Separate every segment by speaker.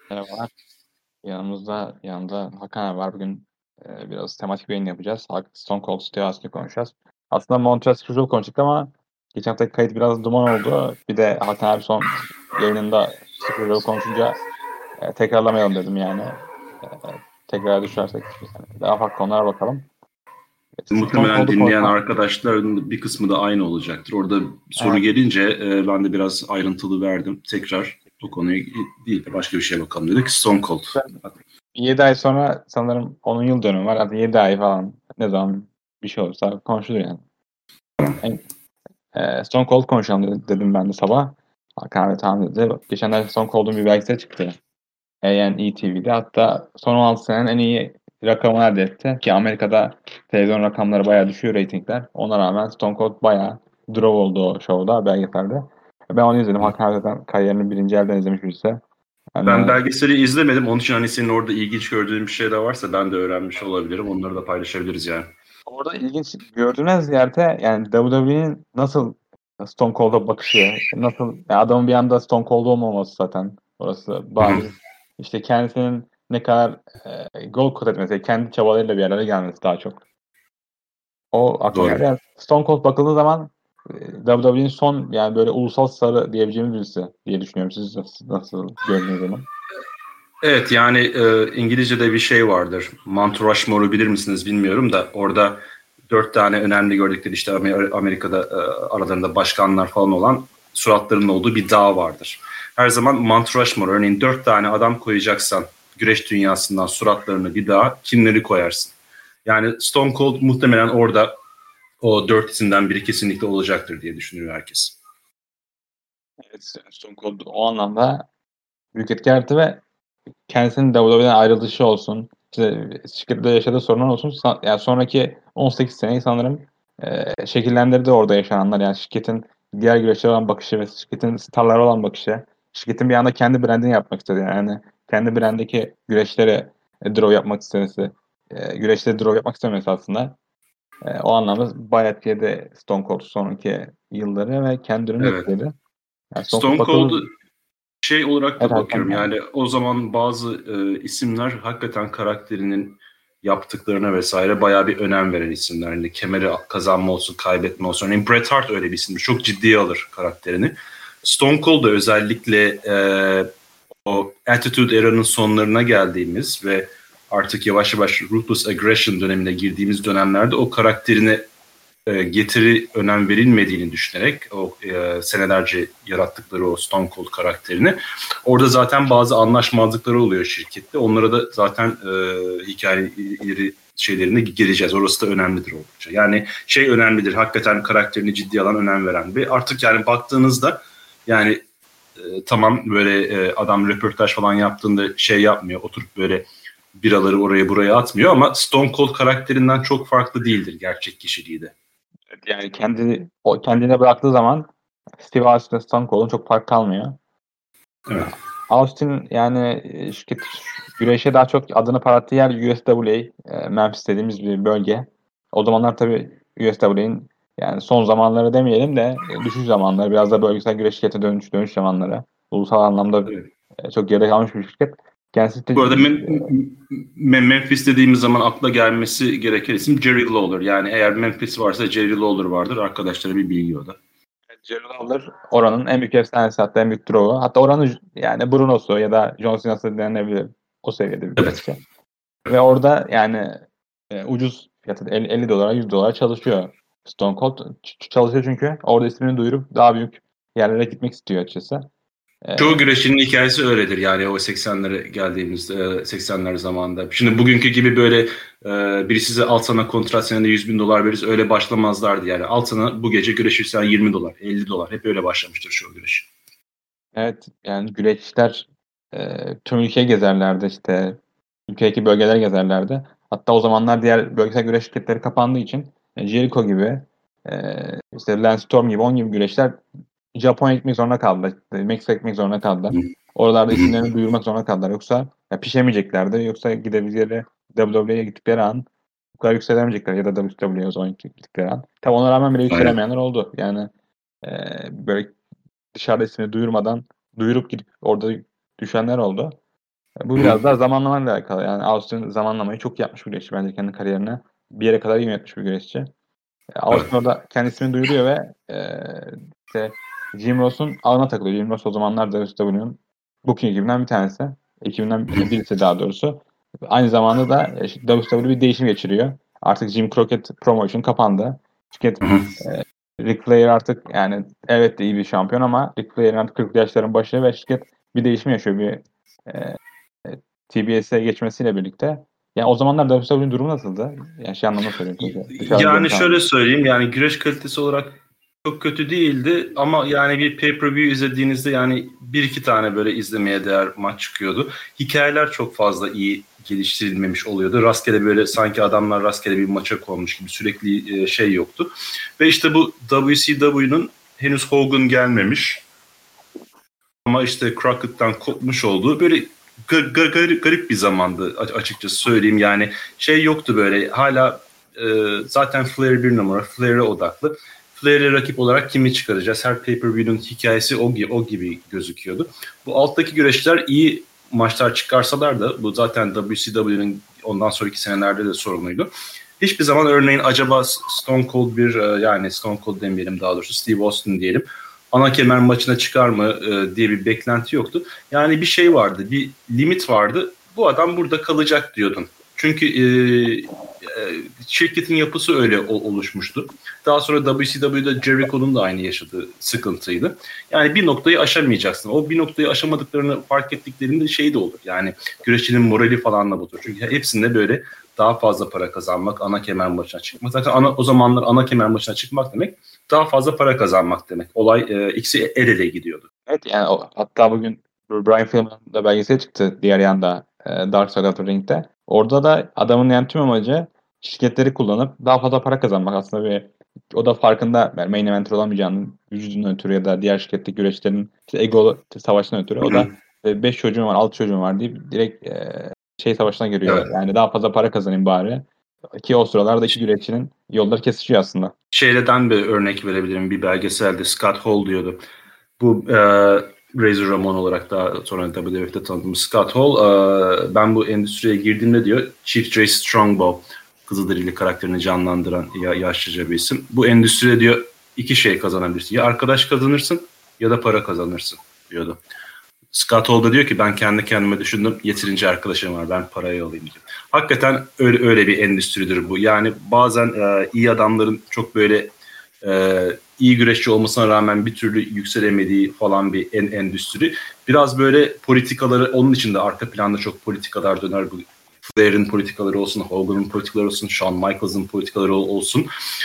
Speaker 1: Merhabalar. Yanımda Hakan abi var. Bugün biraz tematik bir yayın yapacağız. Stone Cold Steve Austin'i konuşacağız. Aslında Montreal Screwjob konuştuk ama geçen haftaki kayıt biraz duman oldu. Bir de Hakan abi son yayınında Screwjob konuşunca tekrarlamayalım dedim yani. E, tekrar düşersek yani daha farklı konulara bakalım. Stone
Speaker 2: Muhtemelen
Speaker 1: Cold'u
Speaker 2: dinleyen
Speaker 1: konuşma.
Speaker 2: arkadaşların bir kısmı da aynı olacaktır. Orada soru
Speaker 1: Evet.
Speaker 2: gelince ben de biraz ayrıntılı verdim. Tekrar bu konuya değil de başka bir şeye bakalım dedik. Stone Cold.
Speaker 1: 7 ay sonra sanırım onun yıl dönümü var. Hadi 7 ay falan ne zaman bir şey olursa konuşulur yani. En Stone Cold konuşalım dedim ben de sabah. Hakan abi tamam dedi. Geçenlerde Stone Cold'un bir belgeseli çıktı. AN/ETV'de. Hatta son 16 senenin en iyi rakamını elde etti. Ki Amerika'da televizyon rakamları bayağı düşüyor reytingler. Ona rağmen Stone Cold bayağı draw oldu o şovda, belgeselde. Ben onu izledim. Hakan abi zaten kariyerini birinci elden izlemiş birisi.
Speaker 2: Ben
Speaker 1: Yani
Speaker 2: belgeseli izlemedim. Onun için hani senin orada ilginç gördüğün bir şey de varsa ben de öğrenmiş olabilirim. Onları da paylaşabiliriz yani.
Speaker 1: orada ilginç gördüğünüz ziyade yani WWE'nin nasıl Stone Cold'a bakışı, nasıl yani adamın bir anda Stone Cold olmaması zaten orası
Speaker 2: Hı hı.
Speaker 1: bariz. İşte kendisinin ne kadar gol kat etmesi, kendi çabalarıyla bir yerlere gelmesi daha çok. O aklıma
Speaker 2: Doğru.
Speaker 1: geldi. Yani Stone Cold bakıldığı zaman WWE'nin son yani böyle ulusal starı diyebileceğimiz birisi diye düşünüyorum. Siz nasıl gördüğünüz zaman?
Speaker 2: Evet yani İngilizce'de bir şey vardır. Mount Rushmore'u bilir misiniz bilmiyorum da orada 4 tane önemli gördükleri işte Amerika'da aralarında başkanlar falan olan suratlarının olduğu bir dağ vardır. Her zaman Mount Rushmore örneğin 4 tane adam koyacaksan güreş dünyasından suratlarını bir dağa kimleri koyarsın? Yani Stone Cold muhtemelen orada o 4 isimden biri kesinlikle olacaktır diye düşünüyor herkes.
Speaker 1: Evet, Stone Cold o anlamda büyük etki yarattı ve kendisinin WWE'den ayrılışı olsun, işte şirkette yaşadığı sorunlar olsun. Yani sonraki 18 seneyi sanırım şekillendirdi orada yaşananlar. Yani şirketin diğer güreşlere olan bakışı ve şirketin starlara olan bakışı. Şirketin bir anda kendi brandini yapmak istedi. Yani kendi brandindeki güreşlere draw yapmak istemesi, güreşte draw yapmak istemesi aslında. O anlamda bayağı etkiledi Stone Cold sonraki yılları ve kendi ürünü
Speaker 2: Evet.
Speaker 1: etkiledi. Yani Stone Cold
Speaker 2: Stone Cold'u
Speaker 1: bakıldı.
Speaker 2: şey olarak
Speaker 1: Evet
Speaker 2: da
Speaker 1: Hakan
Speaker 2: bakıyorum
Speaker 1: yani.
Speaker 2: yani o zaman bazı isimler hakikaten karakterinin yaptıklarına vesaire bayağı bir önem veren isimler. Yani kemeri kazanma olsun, kaybetme olsun. Örneğin Bret Hart öyle bir isimdir. Çok ciddiye alır karakterini. Stone Cold da özellikle o Attitude Era'nın sonlarına geldiğimiz ve artık yavaş yavaş Ruthless Aggression dönemine girdiğimiz dönemlerde o karakterine getiri önem verilmediğini düşünerek o senelerce yarattıkları o Stone Cold karakterini orada zaten bazı anlaşmazlıkları oluyor şirkette. Onlara da zaten hikaye ileri şeylerine geleceğiz. Orası da önemlidir oldukça. Yani şey önemlidir. Hakikaten karakterini ciddi alan önem veren ve artık yani baktığınızda yani tamam böyle adam röportaj falan yaptığında şey yapmıyor. Oturup böyle biraları oraya buraya atmıyor ama Stone Cold karakterinden çok farklı değildir gerçek kişiliği de.
Speaker 1: Yani kendine bıraktığı zaman Steve Austin'le Stone Cold'un çok fark kalmıyor.
Speaker 2: Evet.
Speaker 1: Austin yani güreşe daha çok adını parlattığı yer USWA, Memphis dediğimiz bir bölge. O zamanlar tabii USWA'nin yani son zamanları demeyelim de düşüş zamanları, biraz da bölgesel güreş şirkete dönüş zamanları. Ulusal anlamda
Speaker 2: Evet.
Speaker 1: çok geride kalmış bir şirket. Kendisi de
Speaker 2: Bu arada Memphis dediğimiz zaman akla gelmesi gereken isim Jerry Lawler. Yani eğer Memphis varsa Jerry Lawler vardır. Arkadaşlara bir bilgi o da.
Speaker 1: Jerry Lawler oranın en büyük efsanesi, hatta en büyük draw'u. Hatta oranın yani Bruno'su ya da John Cena'sı denilebilir. O seviyede bir
Speaker 2: Evet.
Speaker 1: güreşçi. Ve orada yani ucuz fiyatı $50 $100 çalışıyor. Stone Cold çalışıyor çünkü orada ismini duyurup daha büyük yerlere gitmek istiyor açıkçası. E,
Speaker 2: Çoğu güreşçinin hikayesi öyledir yani o 80'lere geldiğimizde 80'ler zamanında. Şimdi bugünkü gibi böyle biri size al sana kontrat senede $100.000 veririz öyle başlamazlardı yani. Al sana bu gece güreşirsen $20, $50 hep öyle başlamıştır çoğu güreş.
Speaker 1: evet yani güreşçiler tüm ülkeyi gezerlerdi, işte ülkedeki bölgeler gezerlerdi. Hatta o zamanlar diğer bölgesel güreş şirketleri kapandığı için Jericho gibi e, işte Lance Storm gibi, onun gibi güreşler Japonya gitmek zorunda kaldılar. İşte Meksika gitmek zorunda kaldılar. Oralarda isimlerini duyurmak zorunda kaldılar. Yoksa ya pişemeyeceklerdi. Yoksa gidebilecekleri WWE'ye gittikleri an bu kadar yükselemeyecekler ya da WWE'ye o zaman gittikleri an. Tabi ona rağmen bile
Speaker 2: Aynen.
Speaker 1: yükselemeyenler oldu. Yani böyle dışarıda ismini duyurmadan duyurup gidip orada düşenler oldu. Bu biraz daha zamanlamayla alakalı. Yani Austin zamanlamayı çok yapmış bir güreşçi bence kendi kariyerine. Bir yere kadar iyi yönetmiş bir güreşçi.
Speaker 2: Evet.
Speaker 1: Austin orada kendi ismini duyuruyor ve işte Jim Ross'un ağına takılıyor. Jim Ross o zamanlar WWE'nin booking ekibinden bir tanesi. Ekibinden birisi daha doğrusu. Aynı zamanda da WWE bir değişim geçiriyor. Artık Jim Crockett Promotion kapandı. Şirket Ric Flair artık yani evet de iyi bir şampiyon ama Ric Flair'in artık 40 yaşların başı ve şirket bir değişim yaşıyor. Bir TBS'e geçmesiyle birlikte. Yani o zamanlar WWE'nin durumu nasıldı? Yani şey anlamda söyleyeyim tabii. Dışarıdan
Speaker 2: Yani
Speaker 1: görüntü
Speaker 2: şöyle
Speaker 1: anlamda.
Speaker 2: söyleyeyim, yani güreş kalitesi olarak çok kötü değildi ama yani bir pay-per-view izlediğinizde yani bir iki tane böyle izlemeye değer maç çıkıyordu. Hikayeler çok fazla iyi geliştirilmemiş oluyordu. Rastgele böyle sanki adamlar rastgele bir maça konmuş gibi sürekli şey yoktu. Ve işte bu WCW'nun henüz Hogan gelmemiş ama işte Crockett'tan kopmuş olduğu böyle garip bir zamandı açıkçası söyleyeyim. Yani şey yoktu böyle hala zaten Flair bir numara, Flair'e odaklı. Flair'e rakip olarak kimi çıkaracağız? Her pay-per-view'un hikayesi o gibi gözüküyordu. Bu alttaki güreşler iyi maçlar çıkarsalar da bu zaten WCW'nin ondan sonraki senelerde de sorunuydu. Hiçbir zaman örneğin acaba Stone Cold yani Stone Cold demeyelim daha doğrusu Steve Austin diyelim ana kemer maçına çıkar mı diye bir beklenti yoktu. Yani bir şey vardı, bir limit vardı. Bu adam burada kalacak diyordun. Çünkü şirketin yapısı öyle oluşmuştu. Daha sonra WCW'de Jericho'nun da aynı yaşadığı sıkıntıydı. Yani bir noktayı aşamayacaksın. O bir noktayı aşamadıklarını fark ettiklerinde şey de olur. Yani güreşçinin morali falan da budur. Çünkü hepsinde böyle daha fazla para kazanmak, ana kemer maçına çıkmak. Zaten o zamanlar ana kemer maçına çıkmak demek daha fazla para kazanmak demek. Olay ikisi el ele gidiyordu.
Speaker 1: Evet yani hatta bugün Brian Pillman'ın da belgeseli çıktı diğer yanda Dark Side of the Ring'de. Orada da adamın yani tüm amacı şirketleri kullanıp daha fazla para kazanmak aslında o da farkında yani main eventer olamayacağının vücudundan ötürü ya da diğer şirketteki güreşlerin işte ego savaşından ötürü. O da 5 çocuğum var 6 çocuğum var deyip direkt şey savaşına giriyor.
Speaker 2: Evet.
Speaker 1: Yani daha fazla para kazanayım bari. Ki o sıralarda iki güreşçinin yolları kesişiyor aslında.
Speaker 2: Şeyden bir örnek verebilirim. Bir belgeselde Scott Hall diyordu. Bu Razor Ramon olarak daha sonra WWF'de tanıdığımız Scott Hall ben bu endüstriye girdiğimde diyor Chief Jay Strongbow Kızılderili karakterini canlandıran yaşlıca bir isim. Bu endüstride diyor iki şey kazanabilirsin. Ya arkadaş kazanırsın ya da para kazanırsın diyordu. Scott Hall da diyor ki ben kendi kendime düşündüm yeterince arkadaşım var ben parayı alayım diyor. Hakikaten öyle bir endüstridir bu. Yani bazen iyi adamların çok böyle iyi güreşçi olmasına rağmen bir türlü yükselemediği falan bir endüstri. Biraz böyle politikaları onun için de arka planda çok politikalar döner. Bu Flair'in politikaları olsun, Hogan'ın politikaları olsun, Shawn Michaels'ın politikaları olsun.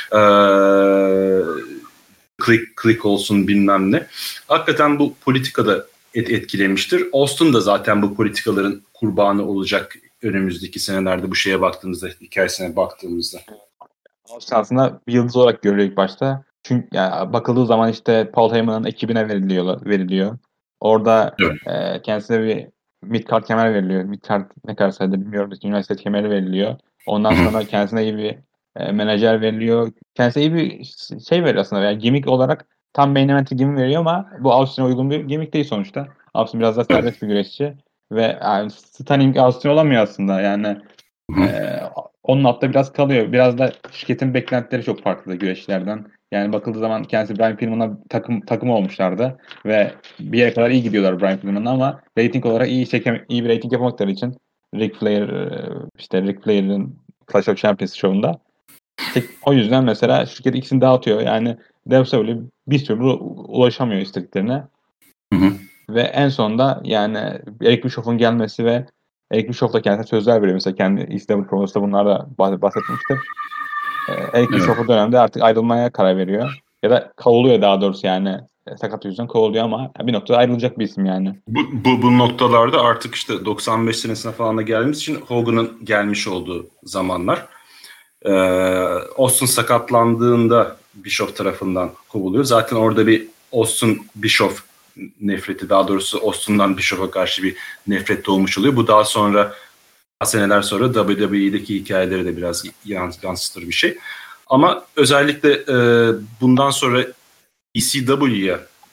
Speaker 2: Klik olsun bilmem ne. Hakikaten bu politikada etkilemiştir. Austin da zaten bu politikaların kurbanı olacak önümüzdeki senelerde bu şeye baktığımızda, hikayesine baktığımızda.
Speaker 1: Austin aslında bir yıldız olarak görülüyor ilk başta. Çünkü yani bakıldığı zaman işte Paul Heyman'ın ekibine veriliyor. Orada
Speaker 2: Evet.
Speaker 1: kendisine bir mid-card kemer veriliyor. Mid-card ne kadar sayıda bilmiyorum. Üniversite kemeri veriliyor. Ondan sonra kendisine iyi bir menajer veriliyor. Kendisine iyi bir şey veriyor aslında. Yani gimmick olarak tam main event gimmick veriyor ama bu Austin'e uygun bir gimmick değil sonuçta. Austin biraz daha
Speaker 2: Evet.
Speaker 1: serbest bir güreşçi. Ve yani stunning Austin olamıyor aslında. Yani onun altta biraz kalıyor. Biraz da şirketin beklentileri çok farklı güreşçilerden. Yani bakıldığı zaman kendisi Brian Pillman'a takım olmuşlardı ve bir yere kadar iyi gidiyorlar Brian Pillman'la ama rating olarak iyi bir rating yapamadıkları için Ric Flair'in Clash of Champions şovunda o yüzden mesela şirket ikisini dağıtıyor. Yani WWE bir türlü ulaşamıyor istediklerine. Ve en sonunda yani Eric Bischoff'un gelmesi ve Eric Bischoff da kendisine sözler veriyor. Mesela kendi İstanbul Promos'ta bunlarla bahsetmiştir. Eric Bischoff o dönemde artık ayrılmaya karar veriyor. Ya da kovuluyor daha doğrusu yani. Sakat yüzünden kovuluyor ama bir noktada ayrılacak bir isim yani.
Speaker 2: Bu noktalarda artık işte 95 senesine falan da geldiğimiz için Hogan'ın gelmiş olduğu zamanlar. Austin sakatlandığında Bischoff tarafından kovuluyor. Zaten orada bir Austin Bischoff nefreti, daha doğrusu Austin'dan Bischoff'a karşı bir nefret doğmuş oluyor. Bu daha sonra seneler sonra WWE'deki hikayeleri de biraz yansıtır bir şey. Ama özellikle bundan sonra ECW'ya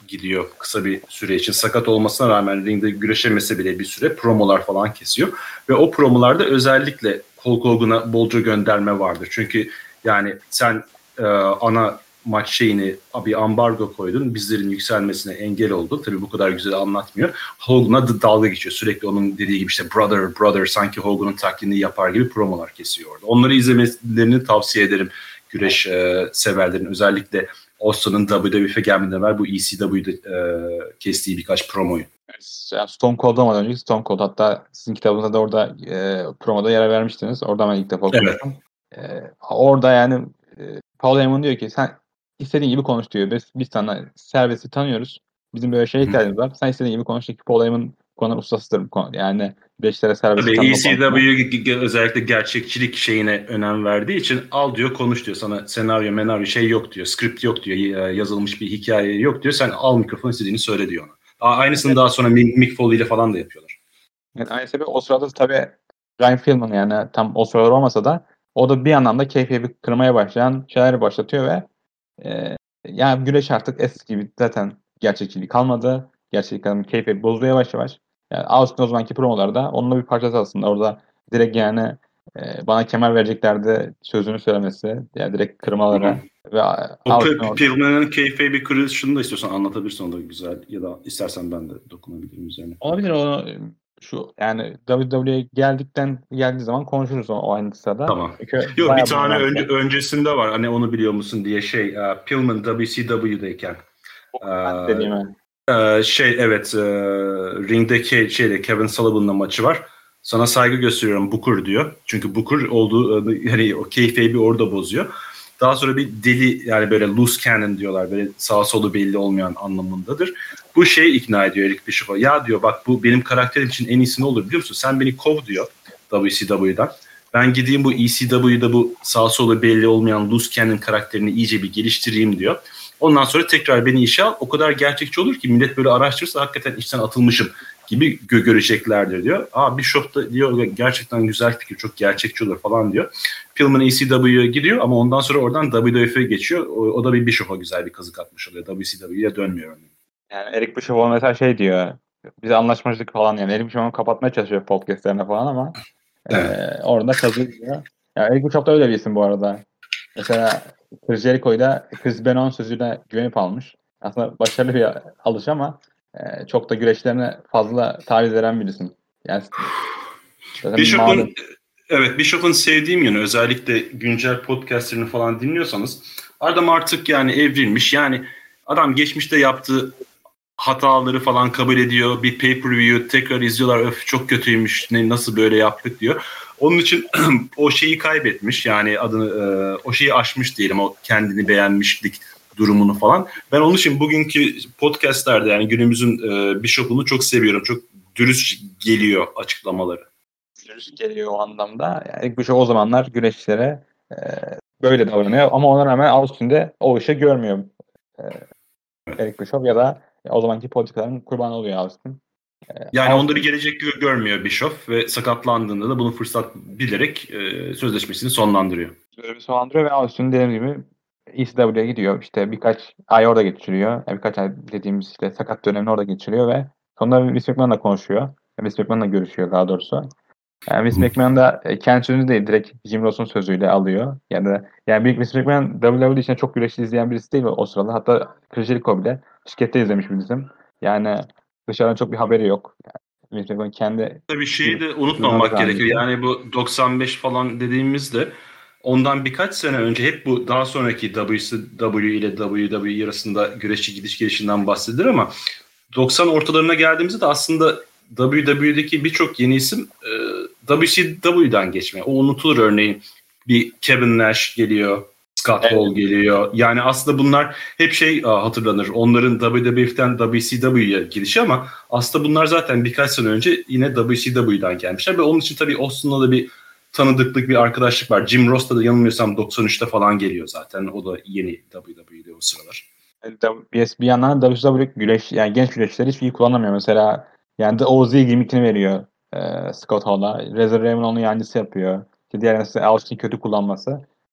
Speaker 2: gidiyor kısa bir süre için. Sakat olmasına rağmen ringde güreşemese bile bir süre promolar falan kesiyor. Ve o promolarda özellikle Hulk Hogan'a bolca gönderme vardır. Çünkü yani sen ana maç şeyini bir ambargo koydun. Bizlerin yükselmesine engel oldun. Tabii bu kadar güzel anlatmıyor. Hogan'a dalga geçiyor. Sürekli onun dediği gibi işte brother sanki Hogan'ın taklidini yapar gibi promolar kesiyor orada. Onları izlemelerini tavsiye ederim güreş severlerin. Özellikle Austin'ın WWF'e gelmeden evvel bu ECW'de kestiği birkaç promoyu.
Speaker 1: Yani Stone Cold'dan önce Stone Cold, hatta sizin kitabınızda da orada promoda yer vermiştiniz. Oradan ben ilk defa okumuştum. Evet. Orada yani Paul Heyman diyor ki sen istediğin gibi konuş diyor. Biz sana servisi tanıyoruz. Bizim böyle şeye ihtiyacımız var. Sen istediğin gibi konuş. Paul Heyman konuda ustasıdır. Yani beşlere servisi tanıma konusunda.
Speaker 2: ECW özellikle gerçekçilik şeyine önem verdiği için al diyor, konuş diyor. Sana senaryo şey yok diyor. Script yok diyor. Yazılmış bir hikaye yok diyor. Sen al mikrofonu, istediğini söyle diyor ona. Aynısını daha sonra Mick Foley ile falan da yapıyorlar.
Speaker 1: Yani aynı sebebi o sırada tabii Ryan Philman, yani tam o sıralar olmasa da o da bir anlamda keyfi kırmaya başlayan şeyler başlatıyor ve yani güreş artık eski gibi zaten gerçekçiliği kalmadı. Gerçekten keyfi bozuluyor yavaş yavaş. Yani Austin o zamanki promolarda onunla bir parçası aslında. Orada direkt yani bana kemer vereceklerdi sözünü söylemesi. Yani direkt kırmalara. Ve
Speaker 2: Pillman'ın keyfi kırışını da istiyorsan anlatabilirsin, o da güzel. Ya da istersen ben de dokunabilirim üzerine.
Speaker 1: Olabilir, onu şu yani WWE'ye geldiği zaman konuşuruz o aynı sırada.
Speaker 2: Tamam. Yok, bir tane öncesinde var. Hani onu biliyor musun diye Pillman WCW'deyken. Ringdeki Kevin Sullivan'la maçı var. Sana saygı gösteriyorum Booker diyor. Çünkü Booker olduğu hani o keyfi orada bozuyor. Daha sonra bir deli, yani böyle loose cannon diyorlar. Böyle sağ solu belli olmayan anlamındadır. Bu ikna ediyor Eric Bischoff'a. Ya diyor, bak bu benim karakterim için en iyisi ne olur biliyor musun? Sen beni kov diyor WCW'dan. Ben gideyim bu ECW'da bu sağ solu belli olmayan loose cannon karakterini iyice bir geliştireyim diyor. Ondan sonra tekrar beni işe al. O kadar gerçekçi olur ki millet böyle araştırırsa hakikaten işten atılmışım gibi göreceklerdir diyor. Bischoff da diyor gerçekten güzel fikir, çok gerçekçi olur falan diyor. Pillman ECW'ye gidiyor ama ondan sonra oradan WWF'ye geçiyor. O da bir Bischoff'a güzel bir kazık atmış oluyor. WCW'ye dönmüyor.
Speaker 1: Yani Eric Bischoff mesela diyor. Bize anlaşmazlık falan, yani Eric Bischoff'u kapatmaya çalışıyor podcastlerine falan ama orada kazık diyor. Yani Eric Bischoff da öyle bir isim bu arada. Mesela Chris Jericho'yu da Chris Benoit sözüyle güvenip almış. Aslında başarılı bir alış ama çok da güreşlerine fazla taviz veren bir isim. Yani
Speaker 2: Bischoff'un sevdiğim yönü, özellikle güncel podcastlerini falan dinliyorsanız, adam artık yani evrilmiş. Yani adam geçmişte yaptığı hataları falan kabul ediyor. Bir pay-per-view tekrar izliyorlar. Öf çok kötüymüş. Nasıl böyle yaptık diyor. Onun için o şeyi kaybetmiş. Yani adını o şeyi aşmış diyelim. O kendini beğenmişlik durumunu falan. Ben onun için bugünkü podcastlerde yani günümüzün Bischoff'unu çok seviyorum. Çok dürüst geliyor açıklamaları.
Speaker 1: Dürüst geliyor o anlamda. Yani Bischoff o zamanlar güreşçilere böyle davranıyor ama ona rağmen Austin'de o işi görmüyor. Eric Bischoff ya da o zamanki politikaların kurbanı oluyor Austin.
Speaker 2: Yani onları gelecek görmüyor Bischoff ve sakatlandığında da bunu fırsat bilerek sözleşmesini sonlandırıyor.
Speaker 1: Sonlandırıyor ve Austin dediğim gibi ECW'ye gidiyor. İşte birkaç ay orada geçiriyor. Yani birkaç ay dediğimiz işte sakat dönemini orada geçiriyor ve sonra Vince McMahon'la konuşuyor. Vince McMahon'la görüşüyor daha doğrusu. Yani Vince McMahon da kendi sözünü değil, direkt Jim Ross'un sözüyle alıyor. Yani Vince McMahon WWE için çok güreşli izleyen birisi değil o sırada. Hatta Chris Jericho bile şirkette izlemiş bir isim. Yani dışarıdan çok bir haberi yok. Yani Vince McMahon kendi...
Speaker 2: Tabii şeyi de unutmamak gerekiyor. Yani bu 95 falan dediğimizde ondan birkaç sene önce hep bu daha sonraki WCW ile WWE arasında güreşçi gidiş gelişinden bahsedilir ama 90 ortalarına geldiğimizde de aslında WWE'deki birçok yeni isim WCW'den geçme. O unutulur örneğin. Bir Kevin Nash geliyor, Scott Hall geliyor. Yani aslında bunlar hep hatırlanır. Onların WWF'den WCW'ye girişi ama aslında bunlar zaten birkaç sene önce yine WCW'den gelmişler. Ve onun için tabii Austin'la da bir tanıdıklık, bir arkadaşlık var. Jim Ross da yanılmıyorsam 93'te falan geliyor zaten. O da yeni WWE'de o sıralar.
Speaker 1: Bir yandan WCW yani genç güreşçiler hiçbir iyi kullanamıyor. Mesela yani The OZ gimmickini veriyor Scott Hall'a. Razor Ramon onun yancısı yapıyor. İşte diğer Austin kötü kullanması.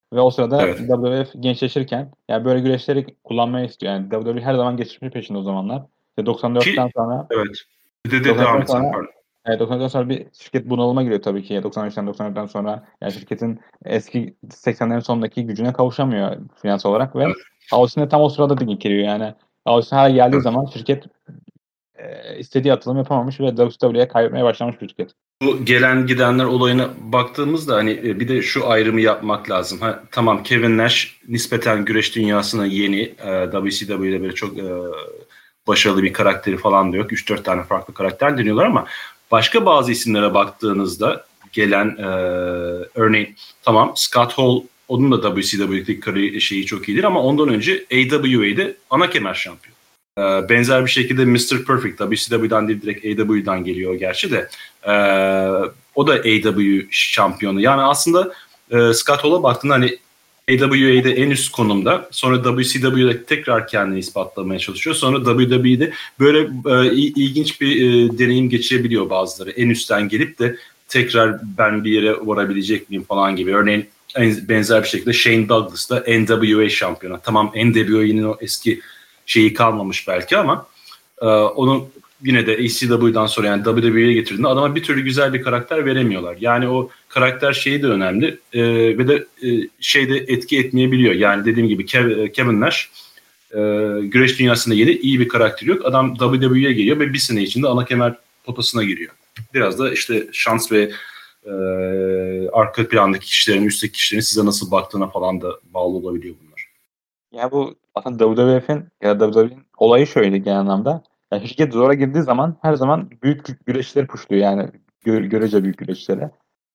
Speaker 1: Ve o sırada
Speaker 2: Evet.
Speaker 1: WWF gençleşirken yani böyle güreşleri kullanmayı istiyor. Yani WWE her zaman geçmiş peşinde o zamanlar. İşte 94'ten
Speaker 2: Ki
Speaker 1: sonra
Speaker 2: evet. Devam
Speaker 1: 94'ten
Speaker 2: et sen,
Speaker 1: sonra
Speaker 2: pardon.
Speaker 1: 94'ten sonra bir şirket bunalıma giriyor tabii ki. 93'ten 94'ten sonra yani şirketin eski 80'lerin sonundaki gücüne kavuşamıyor finansal olarak ve
Speaker 2: Evet.
Speaker 1: Austin de tam o sırada dik giriyor yani. Austin her geldiği
Speaker 2: Evet.
Speaker 1: zaman şirket istediği atılım yapamamış ve WWE'ye kaybetmeye başlamış bir şirket.
Speaker 2: Bu gelen gidenler olayına baktığımızda hani bir de şu ayrımı yapmak lazım. Ha, tamam, Kevin Nash nispeten güreş dünyasına yeni. WCW'de böyle çok başarılı bir karakteri falan da yok. 3-4 tane farklı karakter deniyorlar ama başka bazı isimlere baktığınızda gelen örneğin tamam Scott Hall, onun da WCW'deki şeyi çok iyidir ama ondan önce AWA'de ana kemer şampiyonu. Benzer bir şekilde Mr. Perfect WCW'dan değil direkt AW'dan geliyor gerçi de o da AW şampiyonu. Yani aslında Scott Hall'a baktığında hani AWA'de en üst konumda, sonra WCW'de tekrar kendini ispatlamaya çalışıyor. Sonra WWE'de böyle ilginç bir deneyim geçirebiliyor bazıları. En üstten gelip de tekrar ben bir yere varabilecek miyim falan gibi. Örneğin benzer bir şekilde Shane Douglas da NWA şampiyonu. Tamam, NWA'nin o eski şeyi kalmamış belki ama onu yine de ECW'dan sonra yani WWE'ye getirdiğinde adama bir türlü güzel bir karakter veremiyorlar. Yani o karakter şeyi de önemli ve de şeyde etki etmeyebiliyor. Yani dediğim gibi Kevin Nash güreş dünyasında yeni iyi bir karakter yok. Adam WWE'ye geliyor ve bir sene içinde ana kemer potasına giriyor. Biraz da işte şans ve arka plandaki kişilerin, üstteki kişilerin size nasıl baktığına falan da bağlı olabiliyor bunlar.
Speaker 1: Ya bu aslında WWF'in ya da WWE'nin olayı şöyle genel anlamda. Yani şirket zora girdiği zaman her zaman büyük güreşleri pushluyor yani görece büyük güreşleri.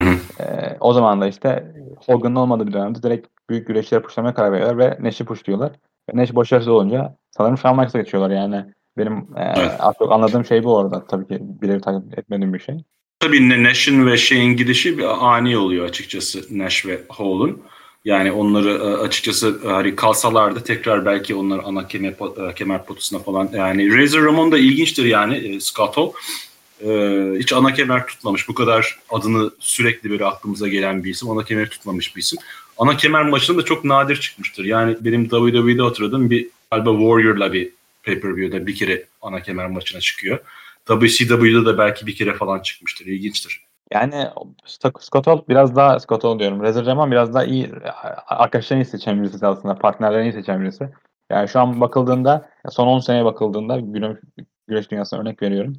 Speaker 1: O zaman da işte Hogan'ın olmadığı bir dönemde direkt büyük güreşleri pushlamaya karar veriyorlar ve Nash'i pushluyorlar. Ve Nash başarısız olunca sanırım Shawn Michaels'a geçiyorlar yani. Benim
Speaker 2: Evet.
Speaker 1: az çok anladığım şey bu orada. Tabii ki birebir takip etmediğim bir şey.
Speaker 2: Tabii Nash'in ve şeyin gidişi bir ani oluyor açıkçası, Nash ve Hall'un. Yani onları açıkçası hani kalsalardı tekrar belki onları ana kemer potasına falan. Yani Razor Ramon da ilginçtir yani, Scott Hall. Hiç ana kemer tutmamış. Bu kadar adını sürekli böyle aklımıza gelen bir isim. Ana kemer tutmamış bir isim. Ana kemer maçında da çok nadir çıkmıştır. Yani benim WWE'de hatırladığım bir galiba Warrior'la bir pay-per-view'da bir kere ana kemer maçına çıkıyor. WCW'de de belki bir kere falan çıkmıştır. İlginçtir.
Speaker 1: Yani Scott Hall biraz daha Scott Hall diyorum. Razor Ramon biraz daha iyi arkadaşlarını iyi seçen birisi aslında. Partnerlerini iyi seçen birisi. Yani şu an bakıldığında son 10 seneye bakıldığında güreş dünyasına örnek veriyorum.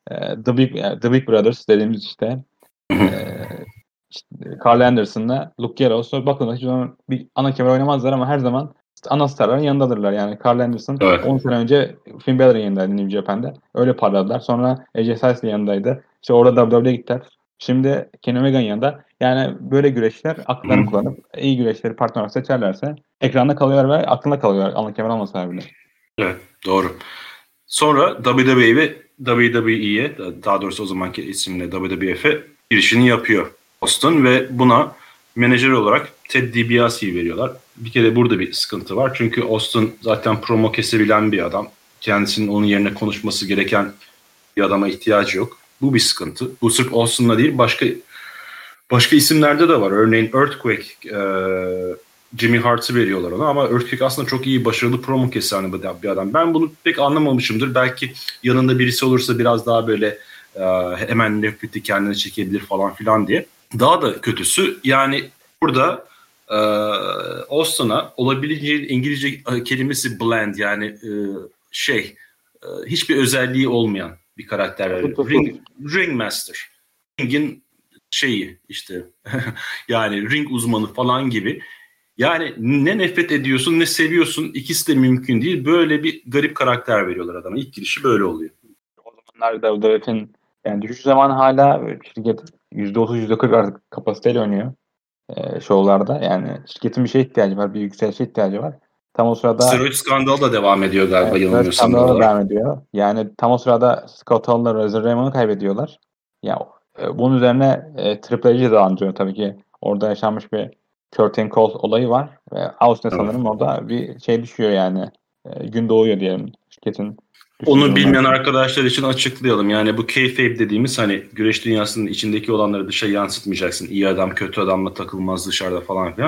Speaker 1: The Big Brothers dediğimiz işte Carl Anderson'la Luke Gallows. Bakın hiç zaman bir ana kemer oynamazlar ama her zaman ana starların yanındadırlar. Yani Carl Anderson
Speaker 2: Evet.
Speaker 1: 10 sene önce Finn Balor'ın yanındaydı New Japan'da. Öyle parladılar. Sonra AJ Styles yanındaydı. İşte orada WWE'ye gittiler. Şimdi Kenny Omega'nın yanında. Yani böyle güreşler akıllarını kullanıp iyi güreşleri partner olarak seçerlerse ekranda kalıyor ve aklında kalıyor ana kemer olmasa bile.
Speaker 2: Evet, doğru. Sonra WWE ve WWE'ye, daha doğrusu o zamanki isimle WWF'e girişini yapıyor Austin ve buna menajer olarak Ted DiBiase'yi veriyorlar. Bir kere burada bir sıkıntı var. Çünkü Austin zaten promo kesebilen bir adam. Kendisinin onun yerine konuşması gereken bir adama ihtiyacı yok. Bu bir sıkıntı. Bu sırf Austin'la değil, başka isimlerde de var. Örneğin Earthquake, Jimmy Hart'ı veriyorlar ona ama Earthquake aslında çok iyi, başarılı promo kesen bir adam. Ben bunu pek anlamamışımdır. Belki yanında birisi olursa biraz daha böyle hemen nefreti kendine çekebilir falan filan diye. Daha da kötüsü yani burada Austin'a olabileceği İngilizce kelimesi bland, yani hiçbir özelliği olmayan bir karakter veriyor. Ringmaster. Ring'in şeyi işte yani ring uzmanı falan gibi. Yani ne nefret ediyorsun ne seviyorsun, ikisi de mümkün değil. Böyle bir garip karakter veriyorlar adama. İlk girişi böyle oluyor.
Speaker 1: O zamanlarda WWF'in yani düşüş zamanı hala şirket %30 %40 artık kapasiteyle oynuyor şovlarda. Yani şirketin bir şeye ihtiyacı var. Bir yükselişe ihtiyacı var. Tam o sırada
Speaker 2: Steroid skandalı da devam ediyor galiba,
Speaker 1: evet,
Speaker 2: yanılmıyorsam
Speaker 1: skandala
Speaker 2: oralar.
Speaker 1: devam ediyor. Yani tam o sırada Scott Hall'la Razor Ramon'u kaybediyorlar. Ya bunun üzerine Triple H'e de anlıyor tabii ki. Orada yaşanmış bir Curtain Call olayı var. Ve Austin
Speaker 2: Evet.
Speaker 1: sanırım orada bir şey düşüyor yani. Gün doğuyor diyelim. Şirketin düştüğü
Speaker 2: Onu
Speaker 1: durumlar
Speaker 2: bilmeyen
Speaker 1: için.
Speaker 2: arkadaşlar için açıklayalım. Yani bu kayfabe dediğimiz hani güreş dünyasının içindeki olanları dışa yansıtmayacaksın. İyi adam kötü adamla takılmaz dışarıda falan filan.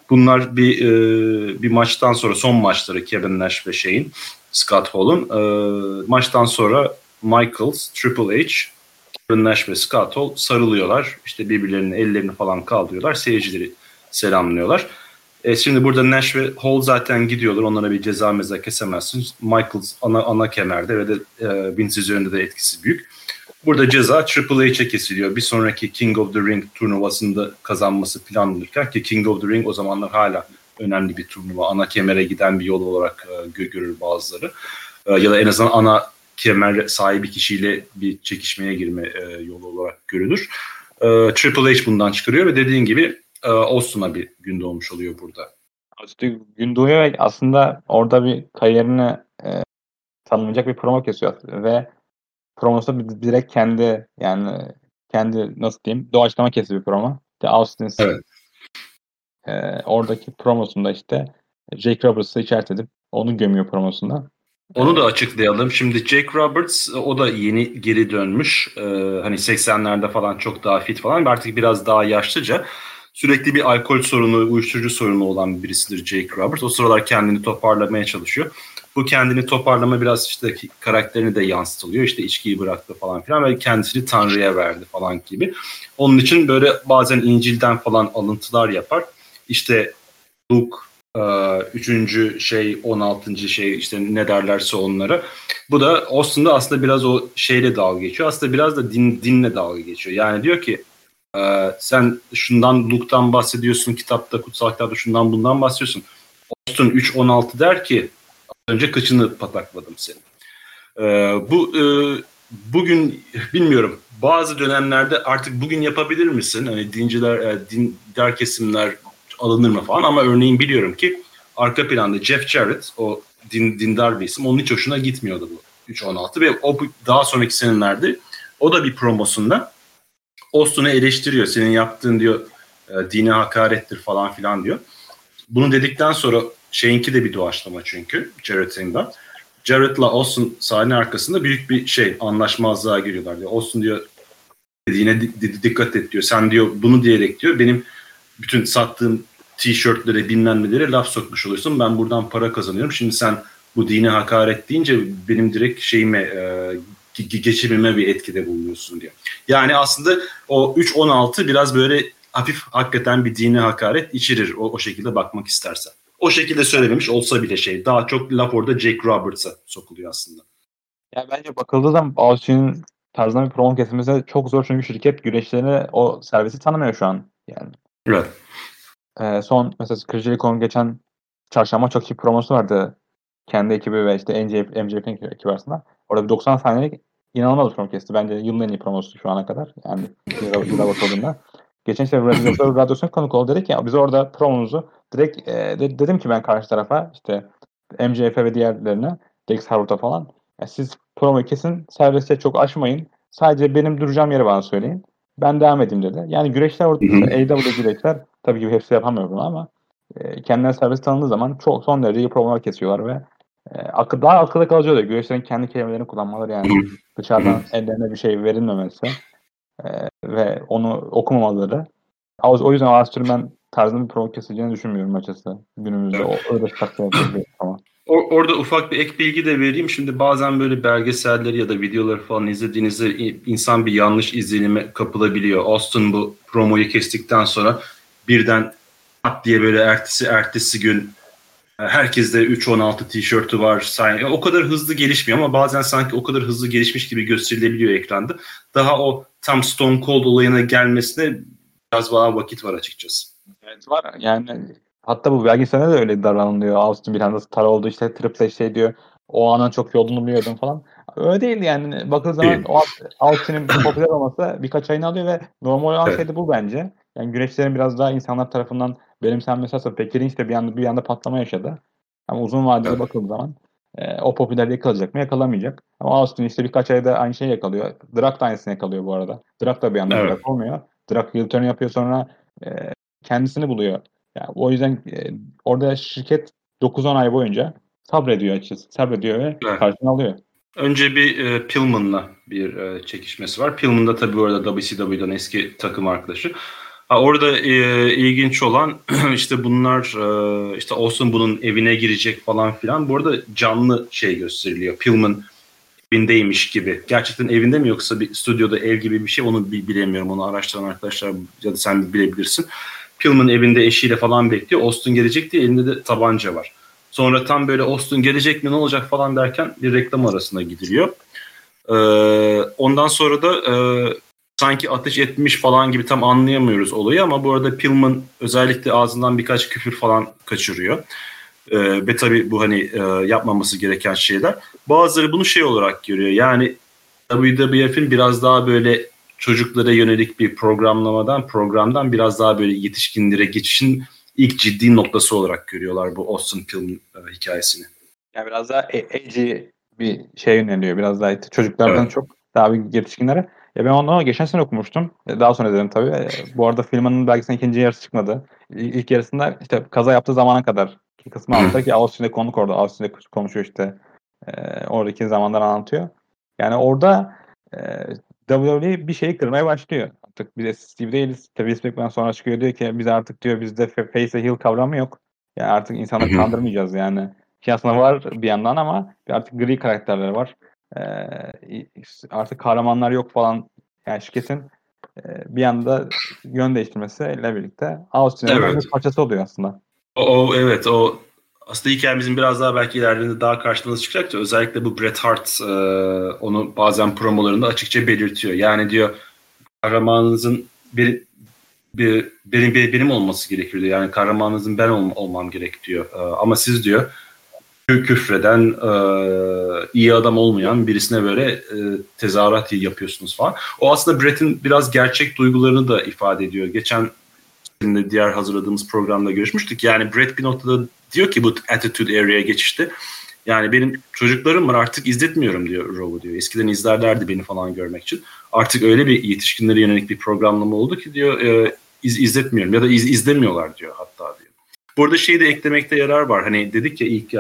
Speaker 2: Bunlar bir maçtan sonra, son maçları Kevin Nash ve Scott Hall'un maçtan sonra Michaels, Triple H, Kevin Nash ve Scott Hall sarılıyorlar. İşte birbirlerinin ellerini falan kaldırıyorlar. Seyircileri selamlıyorlar. Şimdi burada Nash ve Hall zaten gidiyorlar. Onlara bir ceza meza kesemezsiniz. Michaels ana kemerde ve de Vince üzerinde de etkisi büyük. Burada ceza Triple H'e kesiliyor. Bir sonraki King of the Ring turnuvasında kazanması planlanırken, ki King of the Ring o zamanlar hala önemli bir turnuva. Ana kemere giden bir yol olarak görür bazıları. Ya da en azından ana kemer sahibi kişiyle bir çekişmeye girme yolu olarak görülür. Triple H bundan çıkarıyor ve dediğin gibi Austin'a bir gün doğmuş oluyor burada.
Speaker 1: İşte gün doğuyor ve aslında orada bir kariyerini tanımlayacak bir promo kesiyor ve promosu direkt kendi nasıl diyeyim doğaçlama kesiyor bir promo. İşte Austin
Speaker 2: Evet.
Speaker 1: Oradaki promosunda işte Jake Roberts'ı içert edip onu gömüyor promosunda.
Speaker 2: Onu da açıklayalım. Şimdi Jake Roberts o da yeni geri dönmüş. Hani 80'lerde falan çok daha fit falan. Artık biraz daha yaşlıca. Sürekli bir alkol sorunu, uyuşturucu sorunu olan birisidir Jake Roberts. O sıralar kendini toparlamaya çalışıyor. Bu kendini toparlama biraz işte karakterini de yansıtılıyor. İşte içkiyi bıraktı falan filan ve kendisini Tanrı'ya verdi falan gibi. Onun için böyle bazen İncil'den falan alıntılar yapar. İşte Luke 3. 16. işte ne derlerse onlara. Bu da aslında biraz o şeyle dalga geçiyor. Aslında biraz da dinle dalga geçiyor. Yani diyor ki sen şundan Luke'dan bahsediyorsun kitapta, kutsal kitapta şundan bundan bahsediyorsun. Austin 3.16 der ki önce kıçını patakladım senin. Bugün bilmiyorum. Bazı dönemlerde artık bugün yapabilir misin? Hani dinciler, dindar kesimler alınır mı falan, ama örneğin biliyorum ki arka planda Jeff Jarrett, o dindar bir isim, onun hiç hoşuna gitmiyordu bu 3.16 ve o daha sonraki senelerde o da bir promosunda Austin'u eleştiriyor. Senin yaptığın diyor dine hakarettir falan filan diyor. Bunu dedikten sonra şeyinki de bir doğaçlama çünkü Jarrett'in de. Jarrett'la Austin sahne arkasında büyük bir anlaşmazlığa giriyorlar diyor. Austin diyor dediğine dikkat et diyor. Sen diyor bunu diyerek diyor benim bütün sattığım tişörtlere bilmem nelere laf sokmuş oluyorsun. Ben buradan para kazanıyorum. Şimdi sen bu dine hakaret deyince benim direkt geçimime bir etkide bulunuyorsun diyor. Yani aslında o 3.16 biraz böyle hafif hakikaten bir dine hakaret içerir o şekilde bakmak istersen. O şekilde söylememiş olsa bile daha çok laf orada Jake Roberts'a sokuluyor aslında.
Speaker 1: Ya bence bakıldığı zaman Austin'in tarzına bir promo kesilmesi çok zor çünkü şirket güreşlerine o servisi tanımıyor şu an. Yani.
Speaker 2: Evet.
Speaker 1: Son mesela Chris Jericho'nun geçen çarşamba çok iyi promosu vardı. Kendi ekibi ve işte MJF'in ekibi arasında. Orada bir 90 saniyelik inanılmaz bir promo kesti. Bence yılın en iyi promosu şu ana kadar. Yani yıla bakıldığında. Geçen işte radyosuna konuk oldu. Dedi ki biz orada promomuzu direkt dedim ki ben karşı tarafa işte MJF'e ve diğerlerine Dex Harwood'a falan siz promoyu kesin serbestçe çok aşmayın. Sadece benim duracağım yeri bana söyleyin. Ben devam edeyim dedi. Yani güreşler orada AEW güreşler tabii ki hepsi yapamıyor bunu ama kendileri serbest tanındığı zaman çok son derece iyi promolar kesiyorlar ve daha akılda kalıcı oluyor. Güreşlerin kendi kelimelerini kullanmaları yani dışarıdan ellerine bir şey verilmemesi ve onu okumamaları. O yüzden Austin'in ben tarzının bir promo keseceğini düşünmüyorum açıkçası günümüzde.
Speaker 2: Evet.
Speaker 1: Öyle takdir edilir ama.
Speaker 2: Orada ufak bir ek bilgi de vereyim. Şimdi bazen böyle belgeselleri ya da videoları falan izlediğinizde insan bir yanlış izlenime kapılabiliyor. Austin bu promoyu kestikten sonra birden diye böyle ertesi gün herkeste 3.16 tişörtü var. O kadar hızlı gelişmiyor ama bazen sanki o kadar hızlı gelişmiş gibi gösterilebiliyor ekranda. Daha o tam Stone Cold olayına gelmesine biraz daha vakit var açıkçası.
Speaker 1: Evet var. Yani hatta bu belgeselde de öyle davranılıyor. Austin bir anda star oldu işte Triple H diyor. O anın çok yolunu biliyordum falan. Öyle değil yani. Bakıldığı zaman o Austin'in popüler olması birkaç ayını alıyor ve normal olan şey de bu bence. Yani güreşlerin biraz daha insanlar tarafından benimsenmesi aslında Becky Lynch de bir anda patlama yaşadı. Ama uzun vadede bakıldığı zaman o popülerliği yakalayacak mı? Yakalamayacak. Ama Austin işte birkaç ayda aynı şeyi yakalıyor. Drak da aynısını yakalıyor bu arada. Drak da bir anda Drak olmuyor. Drak heel turn yapıyor sonra kendisini buluyor. Yani o yüzden orada şirket 9-10 ay boyunca sabrediyor açıkçası. Sabrediyor ve karşını alıyor.
Speaker 2: Önce bir Pillman'la bir çekişmesi var. Pillman da tabii bu arada WCW'dan eski takım arkadaşı. Orada ilginç olan işte bunlar işte Austin bunun evine girecek falan filan. Bu arada canlı şey gösteriliyor. Pillman evindeymiş gibi. Gerçekten evinde mi yoksa bir stüdyoda ev gibi bir şey onu bilemiyorum. Onu araştıran arkadaşlar ya da sen bilebilirsin. Pillman evinde eşiyle falan bekliyor. Austin gelecek diye elinde de tabanca var. Sonra tam böyle Austin gelecek mi ne olacak falan derken bir reklam arasına gidiliyor. Ondan sonra da sanki ateş etmiş falan gibi tam anlayamıyoruz olayı ama bu arada Pillman özellikle ağzından birkaç küfür falan kaçırıyor. Ve tabii bu hani yapmaması gereken şeyler. Bazıları bunu şey olarak görüyor. Yani WWF'in biraz daha böyle çocuklara yönelik bir programdan biraz daha böyle yetişkinlere geçişin ilk ciddi noktası olarak görüyorlar bu Austin Pillman hikayesini.
Speaker 1: Yani biraz daha edgy bir şey yöneliyor. Biraz daha çocuklardan
Speaker 2: Evet.
Speaker 1: çok daha bir yetişkinlere. Ya ben onu geçen sene okumuştum. Daha sonra dedim tabii. Bu arada filmin belgesinin ikinci yarısı çıkmadı. İlk yarısında işte kaza yaptığı zamana kadar kısmı anlatıyor ki Austin'de konuk orada. Austin'de konuşuyor işte. Oradaki zamanları anlatıyor. Yani orada WWE bir şeyi kırmaya başlıyor. Artık bir de Steve değil. Steve McMahon sonra çıkıyor diyor ki biz artık diyor bizde face heel kavramı yok. Yani artık insanları kandırmayacağız yani. Şey aslında var bir yandan ama artık gri karakterler var. Artık kahramanlar yok falan. Yani şirketin bir anda yön değiştirmesiyle birlikte Austin'in orada
Speaker 2: Evet.
Speaker 1: bir parçası oluyor aslında.
Speaker 2: Evet o aslında hikayemizin biraz daha belki ileride daha karşımıza çıkacaktı. Özellikle bu Bret Hart onu bazen promolarında açıkça belirtiyor. Yani diyor kahramanınızın benim olması gerekiyor diyor. Yani kahramanınızın ben olmam gerek diyor. Ama siz diyor küfreden, iyi adam olmayan birisine böyle tezahürat yapıyorsunuz falan. O aslında Bret'in biraz gerçek duygularını da ifade ediyor. Geçen diğer hazırladığımız programda görüşmüştük. Yani Bret bir noktada diyor ki bu Attitude Era'ya geçişte. Yani benim çocuklarım var artık izletmiyorum diyor Raw'u diyor. Eskiden izlerlerdi beni falan görmek için. Artık öyle bir yetişkinlere yönelik bir programlama oldu ki diyor izletmiyorum ya da izlemiyorlar diyor hatta diyor. Burada şeyi de eklemekte yarar var. Hani dedik ya ilk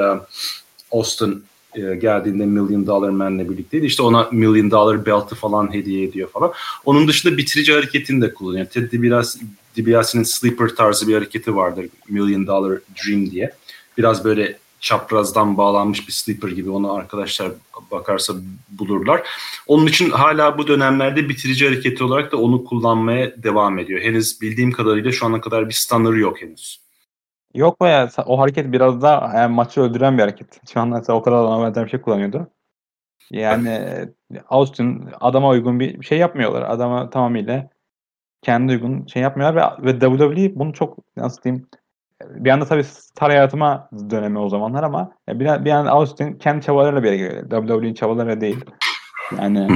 Speaker 2: Austin geldiğinde $1 Million Man'le birlikteydi. İşte ona $1 Million belt'ı falan hediye ediyor falan. Onun dışında bitirici hareketini de kullanıyor. Ted DiBiase'nin Sleeper tarzı bir hareketi vardır. $1 Million Dream diye. Biraz böyle çaprazdan bağlanmış bir sleeper gibi. Onu arkadaşlar bakarsa bulurlar. Onun için hala bu dönemlerde bitirici hareketi olarak da onu kullanmaya devam ediyor. Henüz bildiğim kadarıyla şu ana kadar bir stunner'ı yok henüz.
Speaker 1: Yok be ya o hareket biraz daha yani maçı öldüren bir hareket. Şu an mesela o kadar adama benzer bir şey kullanıyordu. Yani Austin adama uygun bir şey yapmıyorlar. Adama tamamıyla kendi uygun şey yapmıyorlar ve WWE bunu çok nasıl diyeyim bir anda tabii star yaratıma dönemi o zamanlar ama bir anda Austin kendi çabalarıyla bir yere geliyor. WWE'nin çabalarıyla değil. Yani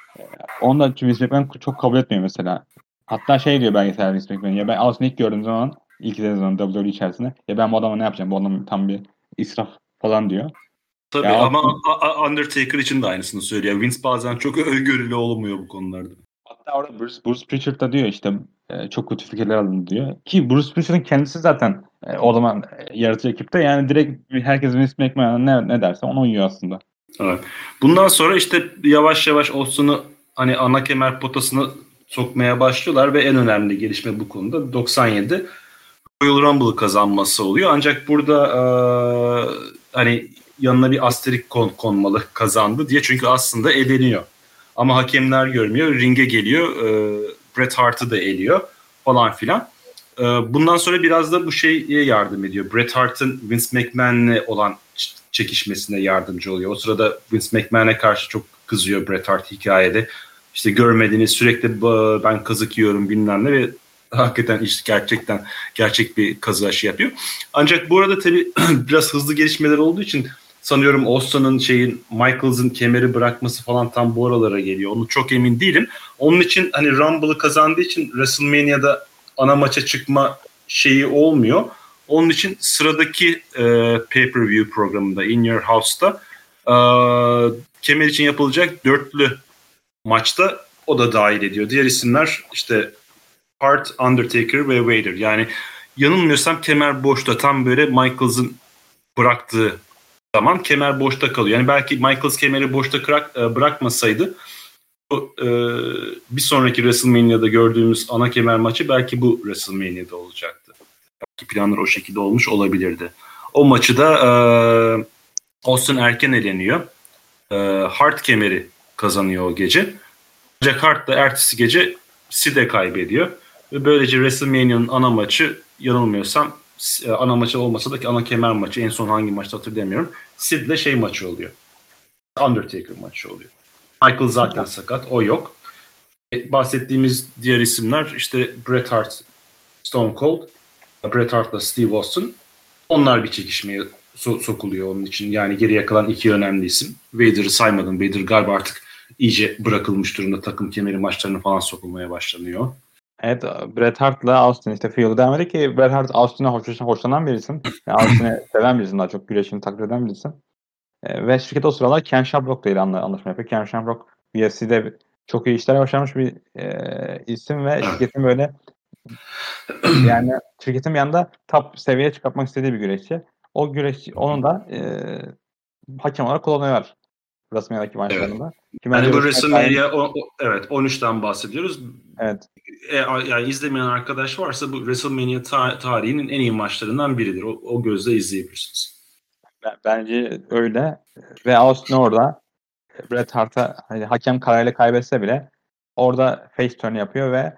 Speaker 1: onu da Vince McMahon çok kabul etmiyor mesela. Hatta şey diyor belgesel Vince McMahon ya ben Austin'i ilk gördüğüm zaman ilk sezon WWE içerisinde ya ben bu adama ne yapacağım? Bu adam tam bir israf falan diyor. Ya
Speaker 2: Tabii ama
Speaker 1: Austin,
Speaker 2: Undertaker için de aynısını söylüyor. Vince bazen çok öngörülü olmuyor bu konularda.
Speaker 1: hatta orada Bruce Pritchard da diyor işte çok kötü fikirler alındı diyor. Ki Bruce Pritchard'ın kendisi zaten o zaman yaratıcı ekipte yani direkt herkes Vince McMahon'a ne derse ona uyuyor aslında.
Speaker 2: Evet. Bundan sonra işte yavaş yavaş Austin'u hani ana kemer potasına sokmaya başlıyorlar ve en önemli gelişme bu konuda 97 Royal Rumble'ı kazanması oluyor. Ancak burada hani yanına bir asterik konmalı kazandı diye çünkü aslında eleniyor. Ama hakemler görmüyor. Ringe geliyor. Bret Hart'ı da eliyor falan filan. Bundan sonra biraz da bu şeye yardım ediyor. Bret Hart'ın Vince McMahon'le olan çekişmesine yardımcı oluyor. O sırada Vince McMahon'e karşı çok kızıyor Bret Hart hikayede. İşte görmediğiniz sürekli ben kazık yiyorum bilmem ne ve hakikaten işte gerçek bir kazı aşı yapıyor. Ancak bu arada tabii biraz hızlı gelişmeler olduğu için sanıyorum Austin'ın Michaels'ın kemeri bırakması falan tam bu aralara geliyor. Onu çok emin değilim. Onun için hani Rumble'ı kazandığı için WrestleMania'da ana maça çıkma şeyi olmuyor. Onun için sıradaki pay-per-view programında In Your House'da kemer için yapılacak dörtlü maçta o da dahil ediyor. Diğer isimler işte Hart, Undertaker ve Vader. Yani yanılmıyorsam kemer boşta tam böyle Michaels'ın bıraktığı zaman kemer boşta kalıyor. Yani belki Michaels kemeri boşta bırakmasaydı Bir sonraki WrestleMania'da gördüğümüz ana kemer maçı belki bu WrestleMania'da olacaktı. Belki planlar o şekilde olmuş olabilirdi. O maçı da Austin erken eleniyor. Hart kemeri kazanıyor o gece. Ancak Hart da ertesi gece Sid'e kaybediyor. Ve böylece WrestleMania'nın ana maçı, yanılmıyorsam ana maçı olmasa da ki ana kemer maçı, en son hangi maçta hatırlamıyorum, Sid'le maçı oluyor. Undertaker maçı oluyor. Michael zaten sakat, o yok. Bahsettiğimiz diğer isimler işte Bret Hart, Stone Cold, Bret Hart'la Steve Austin. Onlar bir çekişmeye sokuluyor onun için. Yani geriye kalan iki önemli isim. Vader'ı saymadım. Vader galiba artık iyice bırakılmış durumda. Takım kemeri maçlarına falan sokulmaya başlanıyor.
Speaker 1: Evet, Bret Hart'la Austin işte feud'u devam ediyor ki Bret Hart Austin'e hoşlanan bir isim. Yani Austin'i seven bir isim, daha çok güreşini takdir eden bir isim. Ve şirket o sıralar Ken Shamrock ile anlaşma yapıyor. Ken Shamrock UFC'de çok iyi işler başarmış bir isim ve şirketin böyle yani şirketin bir anda top seviyeye çıkartmak istediği bir güreşçi. O güreşçi onun da hakem olarak kullanıyorlar WrestleMania'daki maçlarında.
Speaker 2: Evet. Yani bu WrestleMania evet 13'ten bahsediyoruz.
Speaker 1: Evet.
Speaker 2: Yani izlemeyen arkadaş varsa bu WrestleMania tarihinin en iyi maçlarından biridir. O gözle izleyebilirsiniz.
Speaker 1: Bence öyle. Ve Austin orada Bret Hart'a hani hakem kararıyla kaybetse bile orada face turn yapıyor ve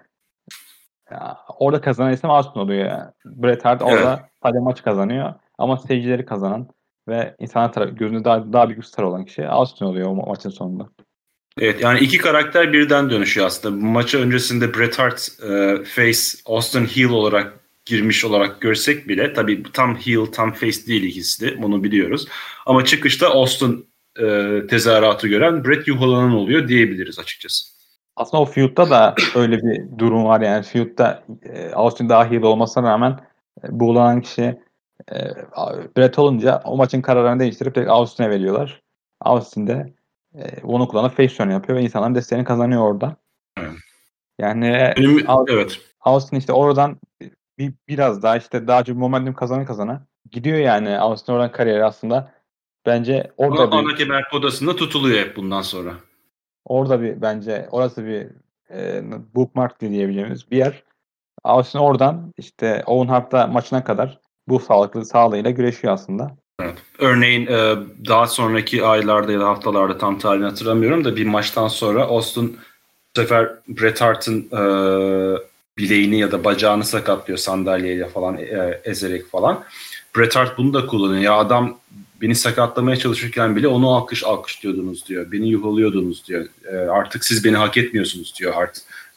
Speaker 1: orada kazanan isim Austin oluyor. Yani. Bret Hart orada sadece maç kazanıyor ama seyircileri kazanan ve insanlar gözünde daha büyük bir star olan kişi Austin oluyor o maçın sonunda.
Speaker 2: Evet, yani iki karakter birden dönüşüyor aslında. Maçı öncesinde Bret Hart face, Austin heel olarak girmiş olarak görsek bile, tabii tam heel tam face değil ikisi de, bunu biliyoruz. Ama çıkışta Austin tezahüratı gören Bret yuhalanan oluyor diyebiliriz açıkçası.
Speaker 1: Aslında o feud'da da öyle bir durum var yani. Feud'da Austin daha heel olmasına rağmen buğulanan kişi Bret olunca o maçın kararını değiştirip direkt Austin'e veriyorlar. Austin de onu kullanıp face turn yapıyor ve insanların desteğini kazanıyor orada.
Speaker 2: Evet.
Speaker 1: Yani
Speaker 2: evet.
Speaker 1: Austin işte oradan biraz daha işte daha çok momentum kazana gidiyor yani. Austin oradan kariyeri aslında bence orada
Speaker 2: Ana kemer podasında tutuluyor hep bundan sonra.
Speaker 1: Orada bence orası bir bookmark diyebileceğimiz bir yer. Austin oradan işte Owen Hart'la maçına kadar bu sağlığıyla güreşiyor aslında.
Speaker 2: Evet. Örneğin daha sonraki aylarda ya da haftalarda, tam tarihini hatırlamıyorum da, bir maçtan sonra Austin bu sefer Bret Hart'ın bileğini ya da bacağını sakatlıyor sandalyeyle falan, ezerek falan. Bret Hart bunu da kullanıyor. Ya adam beni sakatlamaya çalışırken bile onu alkışlıyordunuz diyor. Beni yuhalıyordunuz diyor. Artık siz beni hak etmiyorsunuz diyor Hart.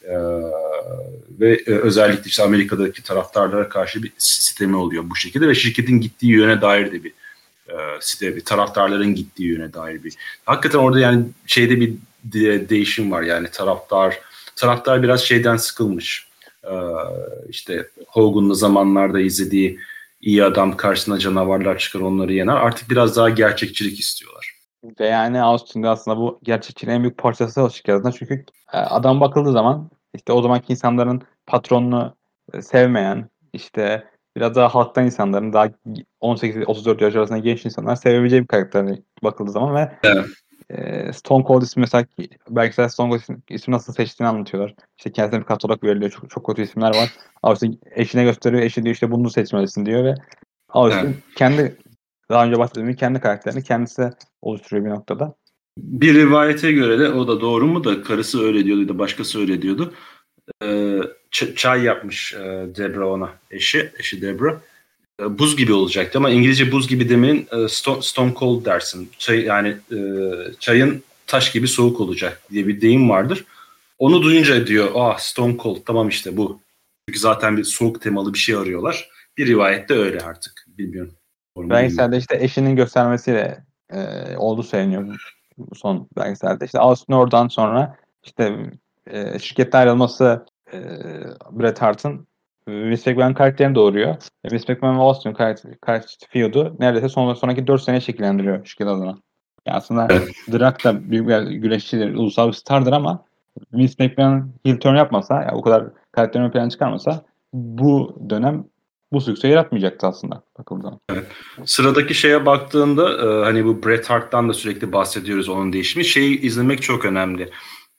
Speaker 2: Ve özellikle işte Amerika'daki taraftarlara karşı bir sistemi oluyor bu şekilde ve şirketin gittiği yöne dair de bir taraftarların gittiği yöne dair bir. Hakikaten orada yani şeyde bir değişim var yani, taraftar biraz şeyden sıkılmış. İşte Hogan'lı zamanlarda izlediği iyi adam karşısına canavarlar çıkar onları yener. Artık biraz daha gerçekçilik istiyorlar.
Speaker 1: Ve yani Austin'de aslında bu gerçekçiliğin en büyük parçası açıkçası. Çünkü adam bakıldığı zaman işte o zamanki insanların patronunu sevmeyen, işte biraz daha halktan insanların, daha 18-34 yaş arasında genç insanlar sevebileceği bir karakter bakıldığı zaman ve
Speaker 2: Evet.
Speaker 1: Stone Cold ismi mesela, belki Stone Cold ismi nasıl seçtiğini anlatıyorlar. İşte kendisine bir katalog veriliyor. Çok, çok kötü isimler var. Austin eşine gösteriyor. Eşi diyor işte bunu seçmelisin diyor ve Austin kendi daha önce bahsettiğim kendi karakterini kendisi oluşturuyor bir noktada.
Speaker 2: Bir rivayete göre de, o da doğru mu da, karısı öyle diyordu da başkası öyle diyordu. Çay yapmış Debra ona, eşi Debra. Buz gibi olacaktı ama İngilizce buz gibi demenin stone cold dersin. Çayın taş gibi soğuk olacak diye bir deyim vardır. Onu duyunca diyor, stone cold, tamam işte bu. Çünkü zaten bir soğuk temalı bir şey arıyorlar. Bir rivayette öyle artık. Bilmiyorum.
Speaker 1: Belgeselde işte eşinin göstermesiyle oldu söyleniyor bu son belgeselde. İşte Austin oradan sonra işte şirketten ayrılması Bret Hart'ın Vince McMahon karakterini doğuruyor. Vince McMahon ve Austin karakter feud'u neredeyse sonraki 4 sene şekillendiriyor şirket adına. Yani aslında Drak da büyük bir güreşçidir, ulusal bir stardır ama Vince McMahon heel turn yapmasa, yani o kadar karakterini ön plana çıkarmasa bu dönem bu sükse yaratmayacaktı aslında bakıldığında.
Speaker 2: Evet. Sıradaki şeye baktığında hani bu Bret Hart'tan da sürekli bahsediyoruz, onun değişimi. Şeyi izlemek çok önemli.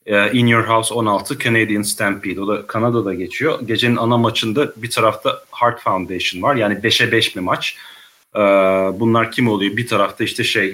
Speaker 2: In Your House 16 Canadian Stampede. O da Kanada'da geçiyor. Gecenin ana maçında bir tarafta Hart Foundation var. Yani 5'e 5 bir maç. Bunlar kim oluyor? Bir tarafta işte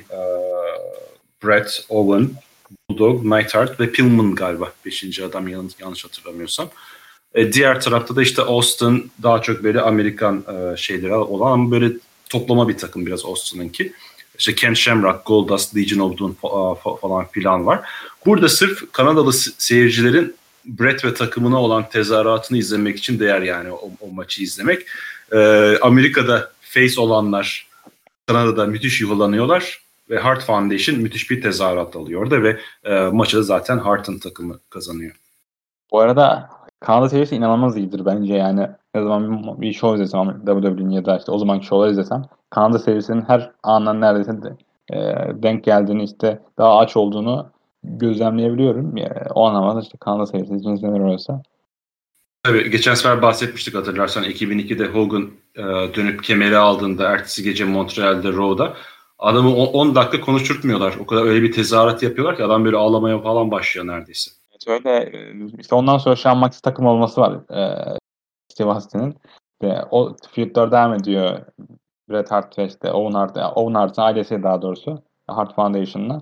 Speaker 2: Brett, Owen, Bulldog, Neidhart ve Pillman galiba. 5. adam yanlış hatırlamıyorsam. Diğer tarafta da işte Austin, daha çok böyle Amerikan şeyleri olan ama böyle toplama bir takım biraz Austin'ınki. İşte Ken Shamrock, Goldust, Legion of Doom falan filan var. Burada sırf Kanadalı seyircilerin Brett ve takımına olan tezahüratını izlemek için değer yani o maçı izlemek. Amerika'da face olanlar Kanada'da müthiş yuvalanıyorlar ve Hart Foundation müthiş bir tezahürat alıyor orada ve maçı da zaten Hart'ın takımı kazanıyor.
Speaker 1: Bu arada Kanada seviyesi inanılmaz iyidir bence yani. Ne zaman bir show izlesem WWE'nin ya da işte o zamanki şovlar izlesem Kanada seviyesinin her andan neredeyse denk geldiğini işte daha aç olduğunu gözlemleyebiliyorum. O anlamda işte Kanada seviyesi için izlenir orası.
Speaker 2: Tabii geçen sefer bahsetmiştik hatırlarsan 2002'de Hogan dönüp kemeri aldığında ertesi gece Montreal'de Raw'da adamı 10 dakika konuşturtmuyorlar. O kadar öyle bir tezahürat yapıyorlar ki adam böyle ağlamaya falan başlıyor neredeyse.
Speaker 1: Evet, öyle. İşte ondan sonra Shawn Michaels takım olması var. Steve Austin'in. Ve o feud'lar devam ediyor. Bret Hart ve işte Owen Hart'ın ailesi daha doğrusu. Hart Foundation'la.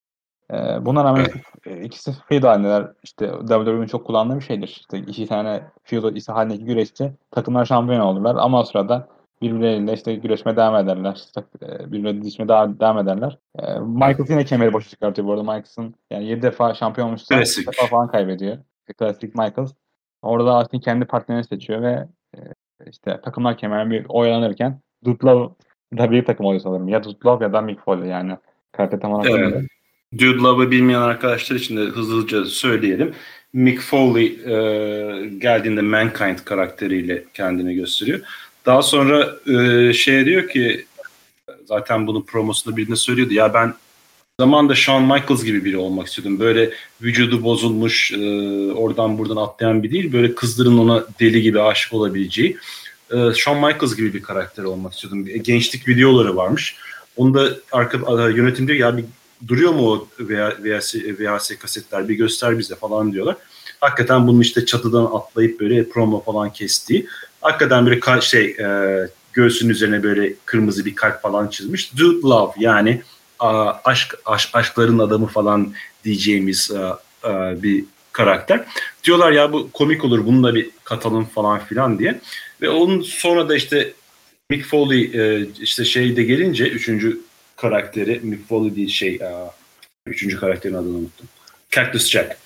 Speaker 1: Buna rağmen ikisi feud halindeler. İşte WWE'nin çok kullandığı bir şeydir. İşte 2 tane feud halindeki güreşçi takımlar şampiyon olurlar ama o sırada birbirleriyle işte güreşmeye devam ederler. İşte, birbirleriyle didişmeye devam ederler. Michaels yine kemeri boşa çıkartıyor bu arada. Michaels'ın yani 7 defa şampiyon olmuşsa 3 defa falan kaybediyor. Klasik Michaels. Orada aslında kendi partnerini seçiyor ve işte takımlar kemerini bir oyalanırken Dudlow'da bir takım oluyor sanırım. Ya Dudlow ya da Mick Foley yani. Karate tam olarak
Speaker 2: evet. Dude Love'ı bilmeyen arkadaşlar için de hızlıca söyleyelim. Mick Foley geldiğinde Mankind karakteriyle kendini gösteriyor. Daha sonra diyor ki zaten bunu promosunda birine söylüyordu. Ya ben zamanında Shawn Michaels gibi biri olmak istiyordum. Böyle vücudu bozulmuş, oradan buradan atlayan bir değil. Böyle kızların ona deli gibi aşık olabileceği. Shawn Michaels gibi bir karakter olmak istiyordum. Gençlik videoları varmış. Onu da yönetim diyor ya bir duruyor mu o VHS kasetler bir göster bize falan diyorlar. Hakikaten bunun işte çatıdan atlayıp böyle promo falan kestiği. Hakikaten böyle göğsünün üzerine böyle kırmızı bir kalp falan çizmiş. Dude Love yani aşkların adamı falan diyeceğimiz bir karakter. Diyorlar ya bu komik olur bunu da bir katalım falan filan diye. Ve onun sonra da işte Mick Foley işte şeyde gelince 3. karakteri Mick Foley değil 3. karakterin adını unuttum. Cactus Jack.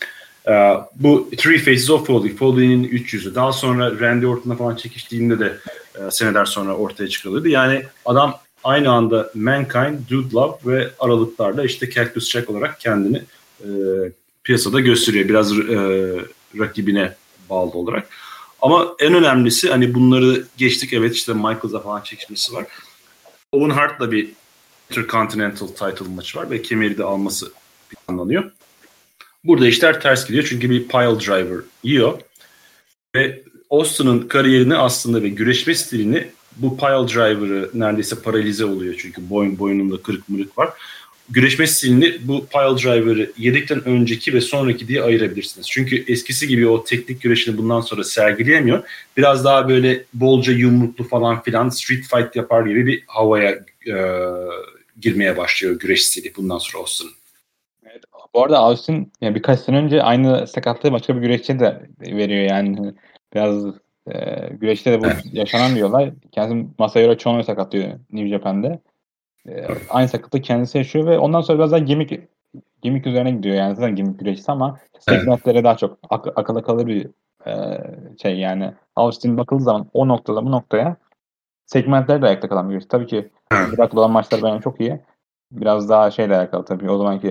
Speaker 2: Bu Three Faces of Foley. Foley'nin 300'ü. Daha sonra Randy Orton'la falan çekiştiğinde de seneler sonra ortaya çıkıyordu. Yani adam aynı anda Mankind, Dude Love ve aralıklarla işte Cactus Jack olarak kendini piyasada gösteriyor. Biraz rakibine bağlı olarak. Ama en önemlisi hani bunları geçtik. Evet işte Michaels'la falan çekişmesi var. Owen Hart'la bir Intercontinental Title maçı var ve kemeri de alması planlanıyor. Burada işler ters gidiyor çünkü bir pile driver yiyor. Ve Austin'ın kariyerini aslında ve güreşme stilini bu pile driver'ı neredeyse paralize oluyor çünkü boynunda kırık mırık var. Güreşme stilini bu pile driver'ı yedikten önceki ve sonraki diye ayırabilirsiniz. Çünkü eskisi gibi o teknik güreşini bundan sonra sergileyemiyor. Biraz daha böyle bolca yumruklu falan filan street fight yapar gibi bir havaya girmeye başlıyor güreş stili bundan sonra Austin.
Speaker 1: Evet, bu arada Austin yani birkaç sene önce aynı sakatlığı başka bir güreşçi de veriyor yani. Biraz güreşte de bu yaşanan bir olay. Kendisi Masahiro Chono'yu sakatlıyor New Japan'de. Aynı sakatlığı kendisi yaşıyor ve ondan sonra biraz daha gimmick üzerine gidiyor yani zaten gimmick güreşçisi ama segmentlere daha çok akılda kalır bir şey yani. Austin bakıldığı zaman o noktada bu noktaya segmentlere de ayakta kalan bir güreşçi. Tabii ki Burak'la olan maçlar benim çok iyi. Biraz daha şeyle alakalı tabii o zamanki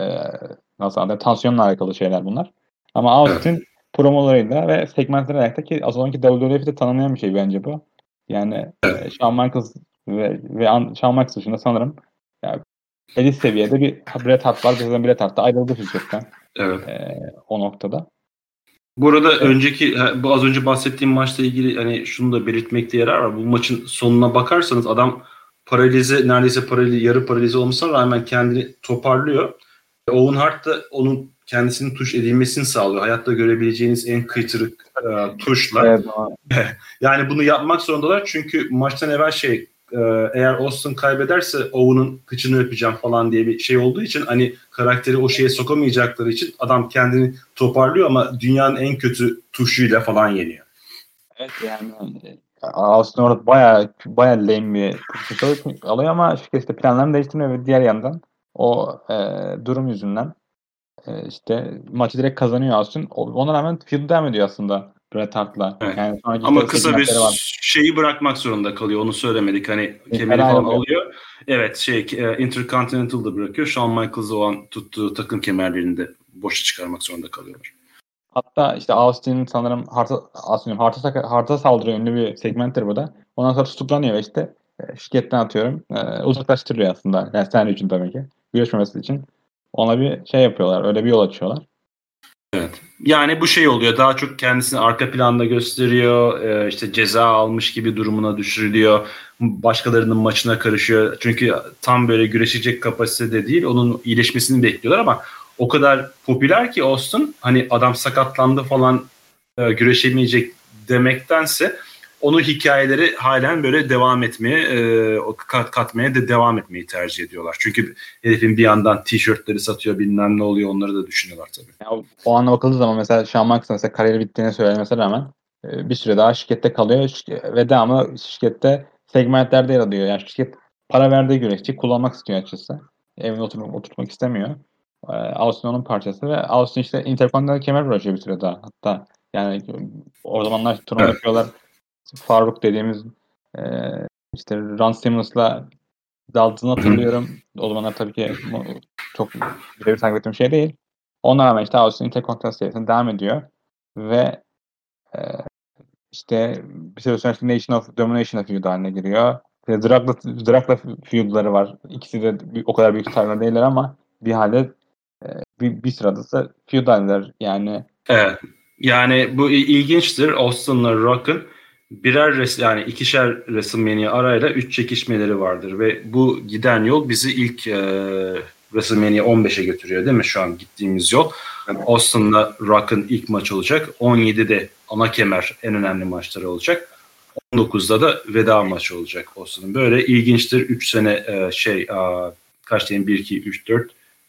Speaker 1: nasıl anlatayım tansiyonla alakalı şeyler bunlar. Ama Austin promolarıyla ve segmentleri ayakta ki o zamanki WWF'de tanımlayan bir şey bence bu. Yani Shawn Michaels ve Shawn Michaels dışında sanırım yani elit seviyede bir Bret Hart var. Zaten Bret Hart da ayrıldı şirketten.
Speaker 2: Evet.
Speaker 1: O noktada.
Speaker 2: Bu arada bu az önce bahsettiğim maçla ilgili hani şunu da belirtmekte yarar var. Bu maçın sonuna bakarsanız adam neredeyse yarı paralize olmasına rağmen kendini toparlıyor. Owen Hart da onun kendisinin tuş edilmesini sağlıyor. Hayatta görebileceğiniz en kıytırık tuşla.
Speaker 1: Evet.
Speaker 2: Yani bunu yapmak zorundalar çünkü maçtan evvel eğer Austin kaybederse Owen'ın kıçını öpeceğim falan diye bir şey olduğu için hani karakteri o şeye sokamayacakları için adam kendini toparlıyor ama dünyanın en kötü tuşuyla falan yeniyor.
Speaker 1: Evet yani Austin orada baya lame bir pozisyon alıyor ama şirket işte planlarını değiştirmiyor ve diğer yandan o durum yüzünden işte maçı direkt kazanıyor Austin. Ona rağmen feud devam ediyor aslında Bret Hart'la.
Speaker 2: Evet.
Speaker 1: Yani sonraki
Speaker 2: Ama
Speaker 1: işte
Speaker 2: kısa bir
Speaker 1: segmentleri var.
Speaker 2: şeyi bırakmak zorunda kalıyor. Onu söylemedik. Hani kemeri
Speaker 1: Her
Speaker 2: falan
Speaker 1: ayrılıyor.
Speaker 2: alıyor. Evet Intercontinental'da bırakıyor. Shawn Michaels'ı o an tuttuğu takım kemerlerini de boşa çıkarmak zorunda kalıyorlar.
Speaker 1: Hatta işte Austin'in sanırım Hart'a saldırıyor, ünlü bir segmenttir bu da. Ondan sonra tutuklanıyor ve işte şirketten atıyorum. Uzaklaştırıyor aslında. Yani sen için tabii ki. Görüşmemesi için. Ona bir şey yapıyorlar. Öyle bir yol açıyorlar.
Speaker 2: Evet. Yani bu şey oluyor. Daha çok kendisini arka planda gösteriyor. İşte ceza almış gibi durumuna düşürülüyor. Başkalarının maçına karışıyor. Çünkü tam böyle güreşecek kapasitede değil. Onun iyileşmesini bekliyorlar ama o kadar popüler ki Austin, hani adam sakatlandı falan, güreşemeyecek demektense onu hikayeleri halen böyle devam etmeye, katmaya da devam etmeyi tercih ediyorlar. Çünkü herifin bir yandan tişörtleri satıyor, bilmem ne oluyor, onları da düşünüyorlar tabii.
Speaker 1: Yani o ana bakıldığı zaman mesela Shawn Michaels'ın mesela kariyeri bittiğini söylemesine rağmen bir süre daha şirkette kalıyor ve devamlı şirkette segmentlerde yer alıyor. Yani şirket para verdiği güreşçi kullanmak istiyor açıkçası. Evine oturmak istemiyor. Austin onun parçası ve Austin işte Intercontinental kemer uğraşıyor bir süre daha. Hatta yani o zamanlar turnuva
Speaker 2: Evet.
Speaker 1: yapıyorlar. Faruk dediğimiz e, işte Ron Simmons'la daldığını hatırlıyorum. O zamanlar tabii ki çok birebir takip ettiğim şey değil. Ona rağmen işte Austin Intercontinental serisine devam ediyor. Ve e, işte bir süre sonra işte Nation of Domination feud haline giriyor. İşte Drak'la feudları var. İkisi de o kadar büyük starlar değiller ama bir halde bir sırada da feud halindeler. Yani
Speaker 2: Evet. Yani bu ilginçtir. Austin'la Rock'ın yani ikişer WrestleMania arayla 3 çekişmeleri vardır ve bu giden yol bizi ilk WrestleMania 15'e götürüyor değil mi? Şu an gittiğimiz yol. Austin'la Rock'ın ilk maç olacak. 17'de ana kemer en önemli maçları olacak. 19'da da veda maçı olacak Austin'ın. Böyle ilginçtir. 3 sene kaç diyeyim, 1, 2, 3, 4,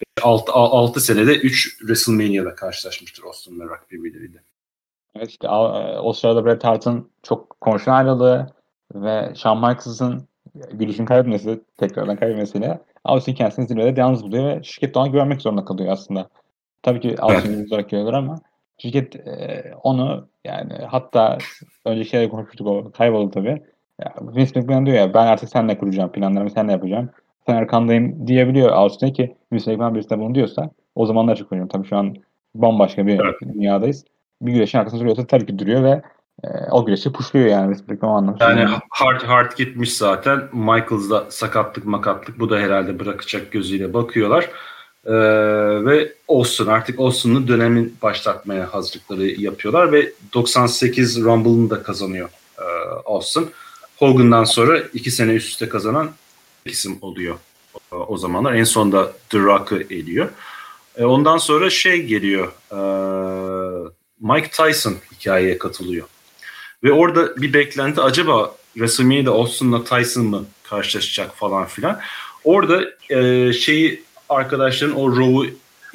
Speaker 2: 6 senede 3 WrestleMania'da karşılaşmıştır Austin'la Rock birbirleriyle.
Speaker 1: evet işte o sırada Bret Hart'ın çok konuşulan ayrılığı ve Shawn Michaels'ın gülüşünü kaybetmesi, tekrardan kaybetmesiyle Austin kendisini zirvede yalnız buluyor ve şirket ona güvenmek zorunda kalıyor aslında. Tabii ki
Speaker 2: Evet.
Speaker 1: Austin yıldız olarak görüyorlar ama şirket onu yani hatta önceki şeyde konuşmuştuk, o kayboldu tabii. Ya, Vince McMahon diyor ya, ben artık seninle kuracağım, planlarımı seninle yapacağım. Sen arkandayım diyebiliyor Austin'e ki Vince McMahon birisine bunu diyorsa o zamanlar çok önemli. Tabii şu an bambaşka bir
Speaker 2: Evet.
Speaker 1: dünyadayız. Bir güreşin arkasında duruyorsa tabii ki duruyor ve o güreşi pushluyor yani Vince McMahon anlamış.
Speaker 2: Yani Hart gitmiş zaten. Michaels'da sakatlık makatlık, bu da herhalde bırakacak gözüyle bakıyorlar. Ve Austin'ın dönemin başlatmaya hazırlıkları yapıyorlar ve 98 Rumble'ını da kazanıyor Austin. Hogan'dan sonra 2 sene üst üste kazanan isim oluyor o zamanlar. En sonunda The Rock'ı eliyor. Ondan sonra geliyor. Mike Tyson hikayeye katılıyor. Ve orada bir beklenti, acaba WrestleMania'da Austin'la Tyson mı karşılaşacak falan filan. Orada arkadaşların o Raw'u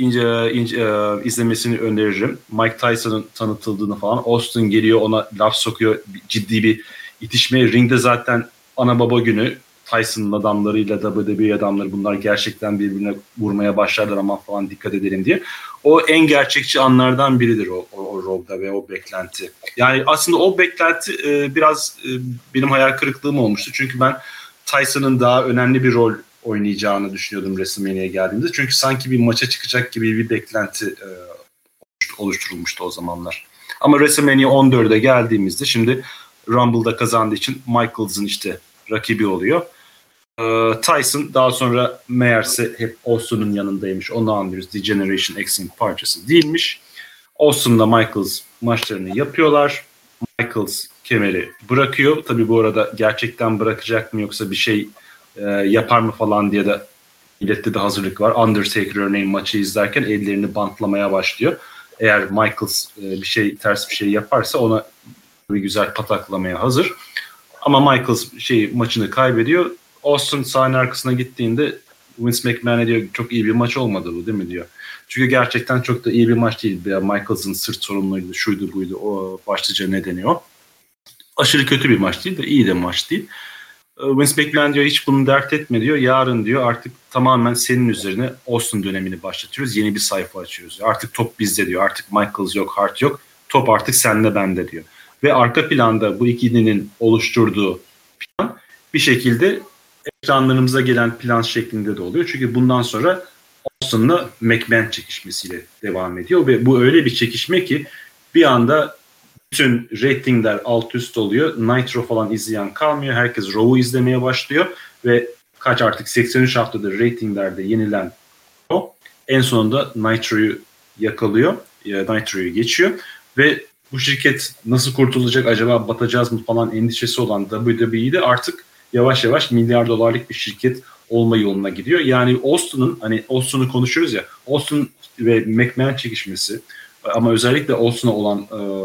Speaker 2: izlemesini öneririm. Mike Tyson'ın tanıtıldığını falan. Austin geliyor, ona laf sokuyor. Ciddi bir itişme. Ringde zaten ana baba günü. Tyson'ın adamlarıyla WWE adamları, bunlar gerçekten birbirine vurmaya başlarlar ama falan, dikkat edelim diye. O en gerçekçi anlardan biridir o Raw'da ve o beklenti. Yani aslında o beklenti biraz benim hayal kırıklığım olmuştu. Çünkü ben Tyson'ın daha önemli bir rol oynayacağını düşünüyordum WrestleMania'ya geldiğimde. Çünkü sanki bir maça çıkacak gibi bir beklenti oluşturulmuştu o zamanlar. Ama WrestleMania 14'e geldiğimizde, şimdi Rumble'da kazandığı için Michaels'ın işte rakibi oluyor. Tyson daha sonra meğerse hep Austin'ın yanındaymış. Onu anlıyoruz. The Generation X'in parçası değilmiş. Austin'la Michaels maçlarını yapıyorlar. Michaels kemeri bırakıyor. Tabii bu arada gerçekten bırakacak mı yoksa bir şey yapar mı falan diye de millette de hazırlık var. Undertaker örneğin maçı izlerken ellerini bantlamaya başlıyor. Eğer Michaels ters bir şey yaparsa ona bir güzel pataklamaya hazır. Ama Michaels maçını kaybediyor. Austin sahne arkasına gittiğinde Vince McMahon'e diyor çok iyi bir maç olmadı bu değil mi diyor. Çünkü gerçekten çok da iyi bir maç değil. Michaels'ın sırt sorunlarıydı, şuydu buydu, o başlıca nedeni o. Aşırı kötü bir maç değil de iyi de maç değil. Vince McMahon diyor hiç bunu dert etme diyor. Yarın diyor artık tamamen senin üzerine Austin dönemini başlatıyoruz. Yeni bir sayfa açıyoruz. Artık top bizde diyor. Artık Michaels yok, Hart yok. Top artık sende bende diyor. Ve arka planda bu ikilinin oluşturduğu plan bir şekilde ekranlarımıza gelen plan şeklinde de oluyor. Çünkü bundan sonra Austin'la McMahon çekişmesiyle devam ediyor. Ve bu öyle bir çekişme ki bir anda bütün ratingler alt üst oluyor. Nitro falan izleyen kalmıyor. Herkes Raw'u izlemeye başlıyor. Ve artık 83 haftadır ratinglerde yenilen o en sonunda Nitro'yu yakalıyor. Nitro'yu geçiyor. Ve bu şirket nasıl kurtulacak, acaba batacağız mı falan endişesi olan WWE'de artık yavaş yavaş milyar dolarlık bir şirket olma yoluna gidiyor. Yani Austin'u konuşuyoruz ya, Austin ve McMahon çekişmesi ama özellikle Austin'a olan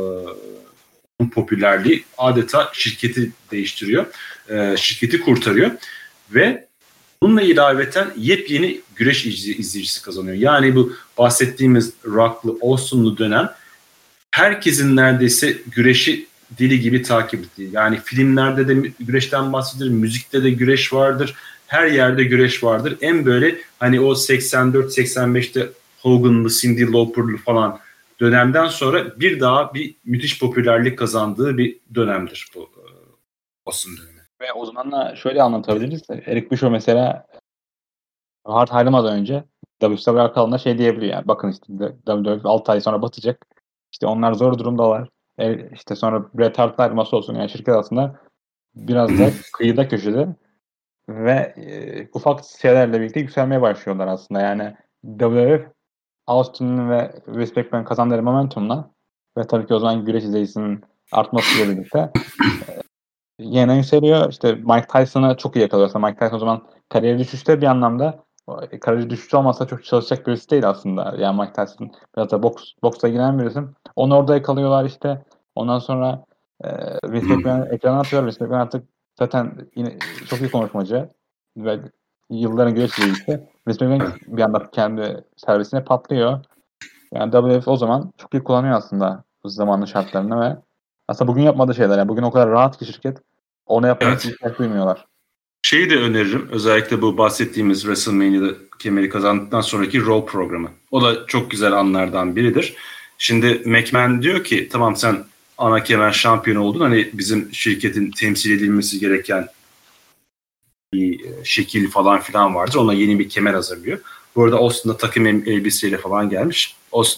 Speaker 2: popülerliği adeta şirketi değiştiriyor. Şirketi kurtarıyor ve bununla ilaveten yepyeni güreş izleyicisi kazanıyor. Yani bu bahsettiğimiz Rock'lı, Austin'lı dönem herkesin neredeyse güreşi deli gibi takip ettiği. Yani filmlerde de güreşten bahsedilir, müzikte de güreş vardır, her yerde güreş vardır. En böyle hani o 84-85'te Hogan'lı, Cyndi Lauper'lı falan dönemden sonra bir daha bir müthiş popülerlik kazandığı bir dönemdir bu Austin dönemi.
Speaker 1: Ve o zamanla şöyle anlatabiliriz. Eric Bischoff mesela Hart ayrılmadan önce WCW arkalığında diyebiliyor yani. Bakın işte WWE 6 ay sonra batacak. İşte onlar zor durumdalar. İşte sonra Bret Hart ayrılması olsun. Yani şirket aslında biraz da kıyıda köşede ve ufak şeylerle birlikte yükselmeye başlıyorlar aslında. Yani WWE Austin ve Vince McMahon kazandığı momentumla ve tabii ki o zaman güreş izleyicisinin artmasıyla birlikte yine yükseliyor. İşte Mike Tyson'ı çok iyi yakalıyor. Mike Tyson o zaman kariyeri düşüşte bir anlamda. Kariyeri düşüşte olmasa çok çalışacak birisi değil aslında. Yani Mike Tyson biraz da boksla ilgilenen birisi. Onu orada yakalıyorlar işte. Ondan sonra Vince McMahon ekrana atıyor. Vince McMahon artık zaten yine çok iyi konuşmacı ve yılların güreş izleyicisi. Vince McMahon bir anda kendi servisine patlıyor. Yani WWF o zaman çok iyi kullanıyor aslında bu zamanın şartlarını ve aslında bugün yapmadığı şeyler. Yani bugün o kadar rahat ki şirket onu yapmaya ihtiyaç duymuyorlar.
Speaker 2: Şeyi de öneririm. Özellikle bu bahsettiğimiz WrestleMania'da kemeri kazandıktan sonraki Raw programı. O da çok güzel anlardan biridir. Şimdi McMahon diyor ki tamam sen ana kemer şampiyonu oldun. Hani bizim şirketin temsil edilmesi gereken bir şekil falan filan vardır. Ona yeni bir kemer hazırlıyor. Bu arada Austin'da takım elbiseyle falan gelmiş.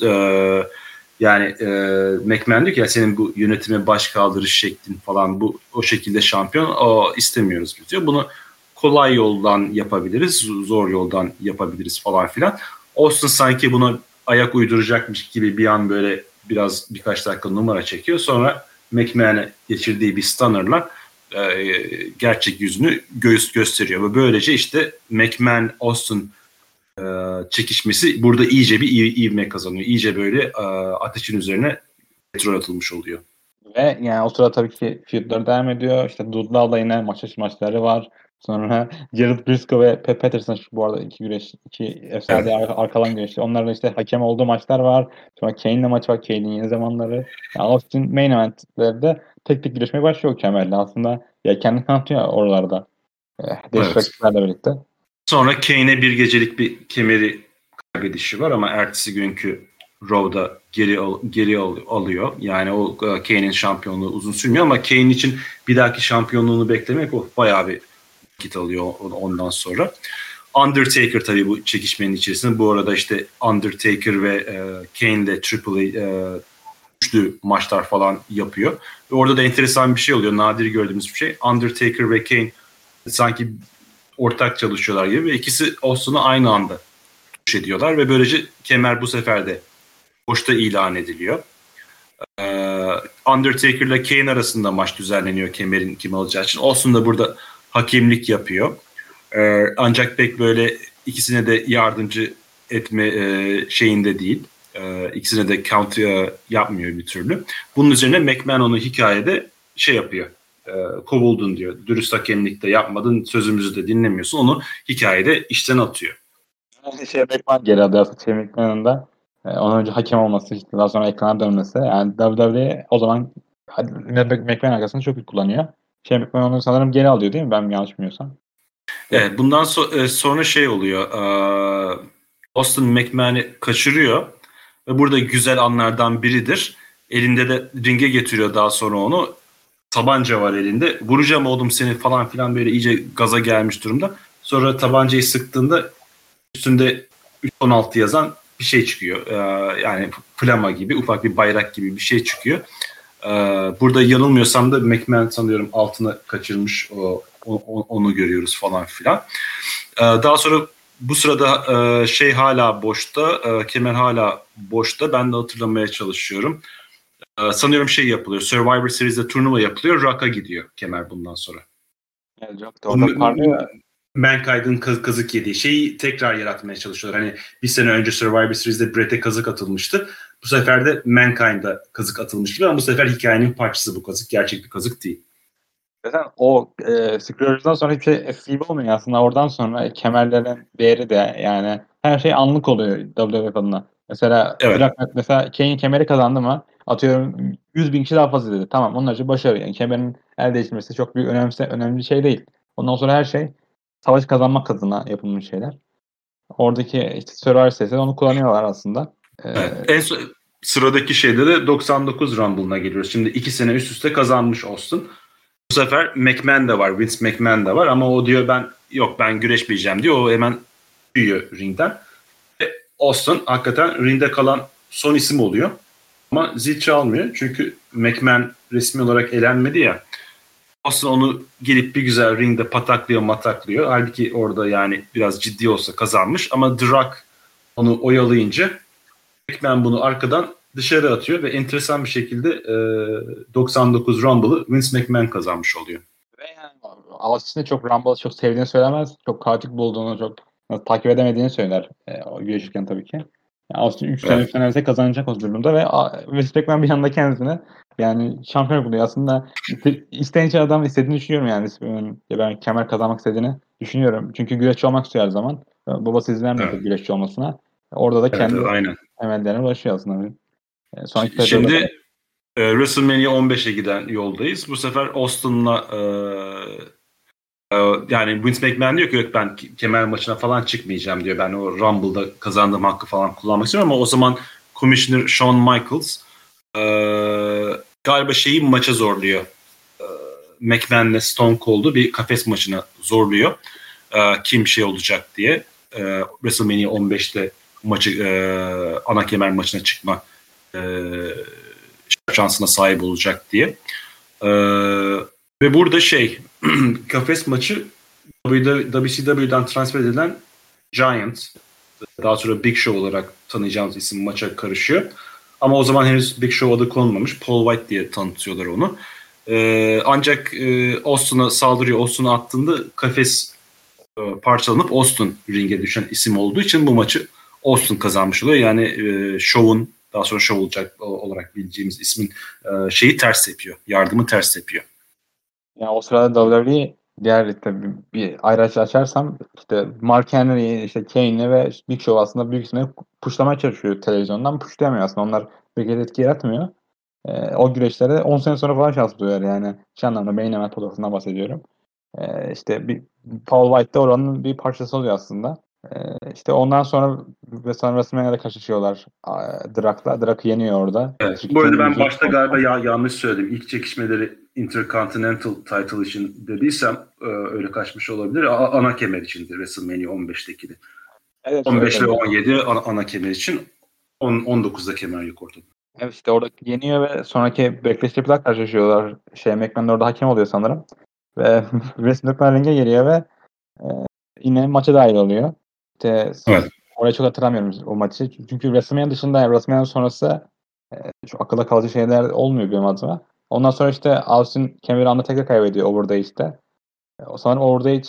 Speaker 2: McMahon diyor ki ya senin bu yönetime baş kaldırış şeklin falan o şekilde şampiyon istemiyoruz biz diyor. Bunu kolay yoldan yapabiliriz, zor yoldan yapabiliriz falan filan. Austin sanki buna ayak uyduracakmış gibi bir an böyle birkaç dakika numara çekiyor. Sonra McMahon'e geçirdiği bir stunner'la gerçek yüzünü gösteriyor. Ve böylece işte McMahon-Austin çekişmesi burada iyice bir ivme kazanıyor. İyice böyle ateşin üzerine petrol atılmış oluyor.
Speaker 1: Ve yani o sırada tabii ki feud'lar devam ediyor. İşte Dudlow'la yine maçları var. Sonra Jared Briscoe ve Pat Patterson bu arada iki efsane arkadan güreşti. Onların işte hakem olduğu maçlar var. Sonra Kane'le maç var. Kane'in yeni zamanları. Yani Austin main eventlerde tek güreşmeye başlıyor Kemal'le. Aslında ya kendini kanıtıyor oralarda. Değişik rakiplerle birlikte.
Speaker 2: Sonra Kane'e bir gecelik bir kemeri kaybedişi var ama ertesi günkü Raw'da geri alıyor. Yani o Kane'in şampiyonluğu uzun sürmüyor ama Kane için bir dahaki şampiyonluğunu beklemek o bayağı bir vakit alıyor ondan sonra. Undertaker tabii bu çekişmenin içerisinde. Bu arada işte Undertaker ve Kane de Triple A üçlü maçlar falan yapıyor. Ve orada da enteresan bir şey oluyor. Nadir gördüğümüz bir şey. Undertaker ve Kane sanki ortak çalışıyorlar gibi ve ikisi Austin'ı aynı anda tuş ediyorlar ve böylece kemer bu sefer de boşta ilan ediliyor. Undertaker ile Kane arasında maç düzenleniyor kemerin kim alacağı için. Austin da burada hakemlik yapıyor. Ancak pek böyle ikisine de yardımcı etme şeyinde değil. İkisine de count yapmıyor bir türlü. Bunun üzerine McMahon onu hikayede şey yapıyor. Kovuldun diyor. Dürüst hakemlikte yapmadın, sözümüzü de dinlemiyorsun. Onu hikayede işten atıyor.
Speaker 1: McMahon geri adı aslında. McMahon'ın da ondan önce hakem olması, işte daha sonra ekrana dönmesi. Yani WWE o zaman McMahon arkasını çok iyi kullanıyor. McMahon onu sanırım geri alıyor değil mi? Ben yanlış bilmiyorsam.
Speaker 2: Evet, bundan sonra şey oluyor. Austin McMahon'i kaçırıyor ve burada güzel anlardan biridir. Elinde de ringe getiriyor daha sonra onu. Tabanca var elinde. Vuracağım oğlum seni falan filan böyle iyice gaza gelmiş durumda. Sonra tabancayı sıktığında üstünde 316 yazan bir şey çıkıyor. Yani flama gibi, ufak bir bayrak gibi bir şey çıkıyor. Burada yanılmıyorsam da McMahon sanıyorum altına kaçırmış, onu görüyoruz falan filan. Daha sonra bu sırada şey hala boşta, kemer hala boşta. Ben de hatırlamaya çalışıyorum. Sanıyorum şey yapılıyor. Survivor Series'de turnuva yapılıyor. Rock'a gidiyor kemer bundan sonra.
Speaker 1: Yani çok da orada parlıyor.
Speaker 2: Mankind'ın kazık yediği şeyi tekrar yaratmaya çalışıyorlar. Hani bir sene önce Survivor Series'de Brett'e kazık atılmıştı. Bu sefer de Mankind'a kazık atılmış gibi ama bu sefer hikayenin parçası bu kazık. Gerçek bir kazık değil.
Speaker 1: Zaten o Scrooge'dan sonra hiçbir şey eskisi gibi olmuyor aslında. Oradan sonra kemerlerin değeri de yani her şey anlık oluyor WWE adına. Mesela
Speaker 2: Evet.
Speaker 1: mesela Kane kemeri kazandı mı atıyorum 100.000 kişi daha fazla dedi. Tamam onun için başarı. Yani kemerin el değiştirmesi çok büyük önemli bir şey değil. Ondan sonra her şey savaş kazanmak adına yapılmış şeyler. Oradaki işte Survivor Series'de onu kullanıyorlar aslında.
Speaker 2: Evet. En sıradaki şeyde de 99 Rumble'ına geliyoruz. Şimdi 2 sene üst üste kazanmış Austin. Bu sefer McMahon da var, Vince McMahon da var ama o diyor ben güreşmeyeceğim diyor. O hemen büyüyor ringden. Austin hakikaten ringde kalan son isim oluyor. Ama zil çalmıyor. Çünkü McMahon resmi olarak elenmedi ya. Austin onu gelip bir güzel ringde mataklıyor. Halbuki orada yani biraz ciddi olsa kazanmış. Ama The Rock onu oyalayınca McMahon bunu arkadan dışarı atıyor ve enteresan bir şekilde 99 Rumble'ı Vince McMahon kazanmış oluyor.
Speaker 1: Ve yani Austin'i çok Rumble'ı çok sevdiğini söylemez. Çok kaotik bulduğunu, çok takip edemediğini söyler o güreşirken tabii ki. Yani Austin 3 sene
Speaker 2: Evet.
Speaker 1: 3 sene ise kazanacak o durumda ve Vince McMahon bir yanda kendisini yani şampiyon buluyor. Aslında isteyen adam istediğini düşünüyorum yani. Ben kemer kazanmak istediğini düşünüyorum. Çünkü güreşçi olmak istiyor her zaman. Babası izin vermiyor
Speaker 2: Evet.
Speaker 1: güreşçi olmasına. Orada da
Speaker 2: Evet,
Speaker 1: kendi
Speaker 2: aynen.
Speaker 1: emellerine ulaşıyor aslında. Sonraki
Speaker 2: Şimdi WrestleMania 15'e giden yoldayız. Bu sefer Austin'la yani Vince McMahon diyor ki yok ben kemer maçına falan çıkmayacağım diyor. Ben o Rumble'da kazandığım hakkı falan kullanmak istiyorum ama o zaman Commissioner Shawn Michaels galiba şeyi maça zorluyor. McMahon'le Stone Cold'u bir kafes maçına zorluyor. Kim şey olacak diye. WrestleMania 15'te maçı ana kemer maçına çıkma şansına sahip olacak diye. Ve burada kafes maçı WCW'dan transfer edilen Giant, daha sonra Big Show olarak tanıyacağımız isim maça karışıyor. Ama o zaman henüz Big Show adı konulmamış. Paul White diye tanıtıyorlar onu. Ancak Austin'a saldırıyor. Austin'a attığında kafes parçalanıp Austin ringe düşen isim olduğu için bu maçı Austin kazanmış oluyor. Yani Show'un daha sonra Show olacak olarak bileceğimiz ismin şeyi ters yapıyor. Yardımı ters yapıyor.
Speaker 1: yani o sırada WWE diğer tabii bir ayrıca açarsam işte Mark Henry, işte Kane'i ve Big Show aslında büyük ihtimalle puşlamaya çalışıyor televizyondan. Puşlayamıyor aslında. Onlar pek etki yaratmıyor. O güreşlere 10 sene sonra falan şans buluyor yani. Şu anlamda main event potasından bahsediyorum. İşte bir Paul White de oranın bir parçası oluyor aslında. İşte ondan sonra ve sonra WrestleMania'da karşılaşıyorlar Drak'la. Drak yeniyor orada.
Speaker 2: Evet.
Speaker 1: Çünkü
Speaker 2: Bu arada
Speaker 1: Kane'in
Speaker 2: ben
Speaker 1: gücü
Speaker 2: başta galiba yanlış söyledim. İlk çekişmeleri Intercontinental Title için dediysem öyle kaçmış olabilir. Ana kemer içindi WrestleMania 15'teki de.
Speaker 1: Evet,
Speaker 2: 15
Speaker 1: öyle.
Speaker 2: ve 17 ana kemer için. 19'da kemer yok ortada.
Speaker 1: Evet işte orada yeniyor ve sonraki Backlash Triple'lar karşılaşıyorlar. McMahon orada hakem oluyor sanırım. Ve Vince McMahon ringe geliyor ve e, yine maça dahil oluyor. İşte
Speaker 2: Evet.
Speaker 1: orayı çok hatırlamıyorum o maçı. Çünkü WrestleMania dışında yani WrestleMania sonrası çok akılda kalıcı şeyler olmuyor benim adıma. Ondan sonra işte Austin kemeri anda tekrar kaybediyor Over'da işte. O sanırım Over'da hiç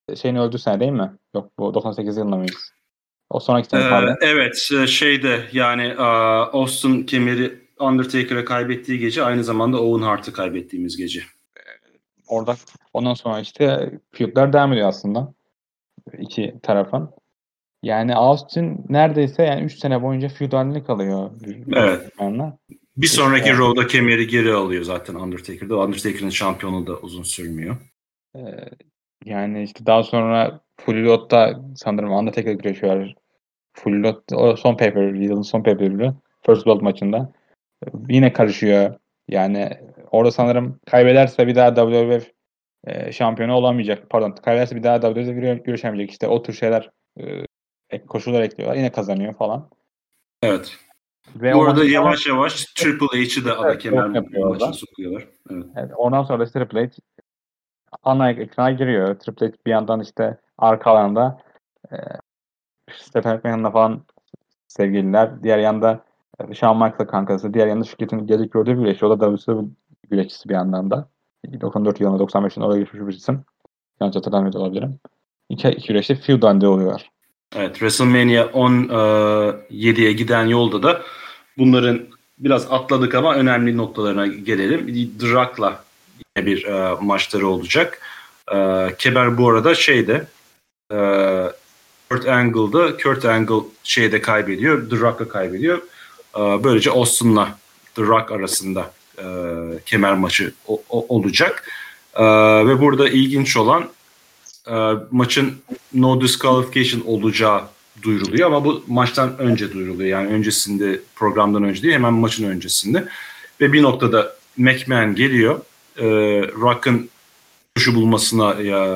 Speaker 1: şeyini öldü sene değil mi? Yok, bu 98 yılında mıyız? O sonraki sene pardon.
Speaker 2: Evet, şeyde yani Austin kemeri Undertaker'a kaybettiği gece aynı zamanda Owen Hart'ı kaybettiğimiz gece.
Speaker 1: Orada ondan sonra işte feud'lar devam ediyor aslında. İki tarafın. Yani Austin neredeyse yani 3 sene boyunca feud halinde kalıyor.
Speaker 2: Evet. Bir
Speaker 1: İşte,
Speaker 2: sonraki Raw'da kemeri geri alıyor zaten Undertaker'da. Undertaker'ın şampiyonluğu da uzun sürmüyor.
Speaker 1: yani işte daha sonra Full Load'da sanırım Undertaker güreşiyor. Full Load o son yılın son pay-per-view'ü First World maçında. Yine karışıyor. Yani orada sanırım kaybederse bir daha WWF şampiyonu olamayacak. Pardon, kaybederse bir daha WWF'de görüşemeyecek. İşte o tür şeyler koşullar ekliyorlar. Yine kazanıyor falan.
Speaker 2: Evet.
Speaker 1: Ve
Speaker 2: Bu
Speaker 1: o
Speaker 2: arada
Speaker 1: maçta
Speaker 2: yavaş yavaş Triple H'ı da ana kemer
Speaker 1: yapıyor
Speaker 2: maçına
Speaker 1: orada.
Speaker 2: sokuyorlar. Evet.
Speaker 1: Evet, ondan sonra da Triple H ana ekrana giriyor. Triple H bir yandan işte arka alanda Stephen McMahon'la falan sevgililer. Diğer yanda Shawn Michaels'la kankası. Diğer yanda şirketin gelik gördüğü güreşçi. O da WCW güreşçisi bir yandan da. 94 yılında 95 yılında oraya geçmiş bir isim. Yanlış hatırlamıyor olabilirim. İki güreşte feud halinde oluyorlar.
Speaker 2: Evet, WrestleMania 17'ye giden yolda da bunların biraz atladık ama önemli noktalarına gelelim. The Rock'la yine bir maçları olacak. Kemer bu arada Kurt Angle'da. Kurt Angle şeyde kaybediyor. The Rock'a kaybediyor. Böylece Austin'la The Rock arasında kemer maçı olacak. Ve burada ilginç olan maçın no disqualification olacağı duyuruluyor ama bu maçtan önce duyuruluyor. Yani öncesinde, programdan önce değil, hemen maçın öncesinde. Ve bir noktada McMahon geliyor. Rock'ın tuşu bulmasına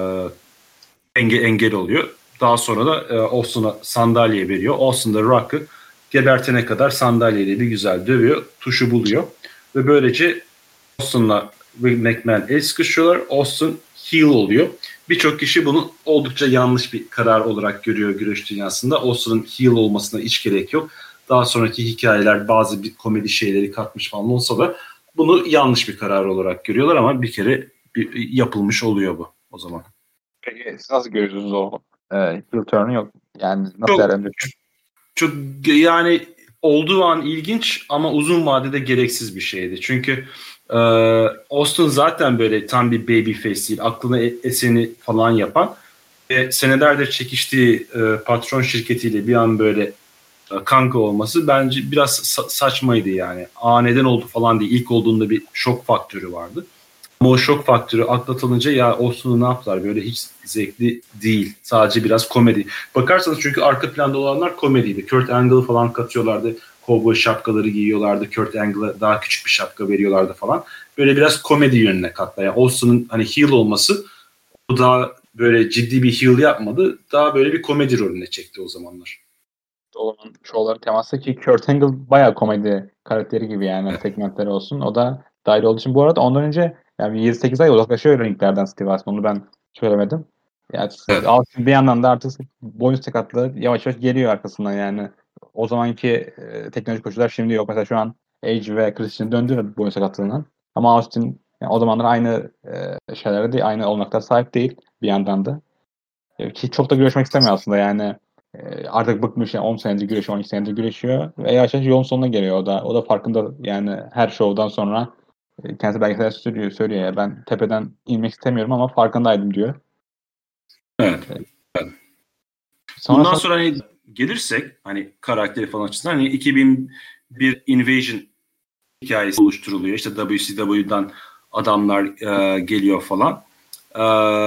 Speaker 2: engel oluyor. Daha sonra da Austin'a sandalye veriyor. Austin da Rock'ı gebertene kadar sandalyeyle bir güzel dövüyor. Tuşu buluyor. Ve böylece Austin'la McMahon el sıkışıyorlar. Austin heel oluyor. Birçok kişi bunu oldukça yanlış bir karar olarak görüyor güreş dünyasında. Austin'ın heel olmasına hiç gerek yok. Daha sonraki hikayeler bazı bir komedi şeyleri katmış falan olsa da bunu yanlış bir karar olarak görüyorlar ama bir kere yapılmış oluyor bu o zaman.
Speaker 1: Peki siz nasıl görüyorsunuz o heel turn'u yok? Yani nasıl
Speaker 2: Çok
Speaker 1: değerlendiriyorsunuz?
Speaker 2: çok yani olduğu an ilginç ama uzun vadede gereksiz bir şeydi. Çünkü Austin zaten böyle tam bir babyface değil. Aklına eseni falan yapan ve senelerdir çekiştiği patron şirketiyle bir an böyle kanka olması bence biraz saçmaydı yani. Neden oldu falan diye ilk olduğunda bir şok faktörü vardı. Ama o şok faktörü atlatılınca ya Austin'u ne yaptılar böyle hiç zevkli değil. Sadece biraz komedi. Bakarsanız çünkü arka planda olanlar komediydi. Kurt Angle'ı falan katıyorlardı. Cowboy şapkaları giyiyorlardı. Kurt Angle'a daha küçük bir şapka veriyorlardı falan. Böyle biraz komedi yönüne kattı. Yani Austin'ın hani heel olması o daha böyle ciddi bir heel yapmadı. Daha böyle bir komedi rolüne çekti o zamanlar.
Speaker 1: Olan şovları teması ki Kurt Angle bayağı komedi karakteri gibi yani segmentleri olsun. O da dahil olduğu için. Bu arada ondan önce yani 28 ay uzaklaşıyor ringlerden Steve Austin. Onu ben söylemedim. Yani
Speaker 2: Evet.
Speaker 1: Austin bir yandan da artık boyun sakatlığı yavaş yavaş geliyor arkasından yani. O zamanki teknolojik koşullar şimdi yok. Mesela şu an Edge ve Christian döndü boyun sakatlığından. Ama Austin yani o zamanlar aynı şeylere değil, aynı olmakta sahip değil bir yandan da. Ki çok da güreşmek istemiyor aslında yani. Artık bıkmış yani 10 senedir güreşiyor, 12 senedir güreşiyor ve yavaş yavaş yolun sonuna geliyor o da. O da farkında yani her şovdan sonra kendisi belgeseler söylüyor ya ben tepeden inmek istemiyorum ama farkındaydım diyor.
Speaker 2: Evet. Bundan
Speaker 1: Sonrasında
Speaker 2: sonra hani gelirsek hani karakteri falan açısından hani 2001 Invasion hikayesi oluşturuluyor. İşte WCW'dan adamlar geliyor falan. E,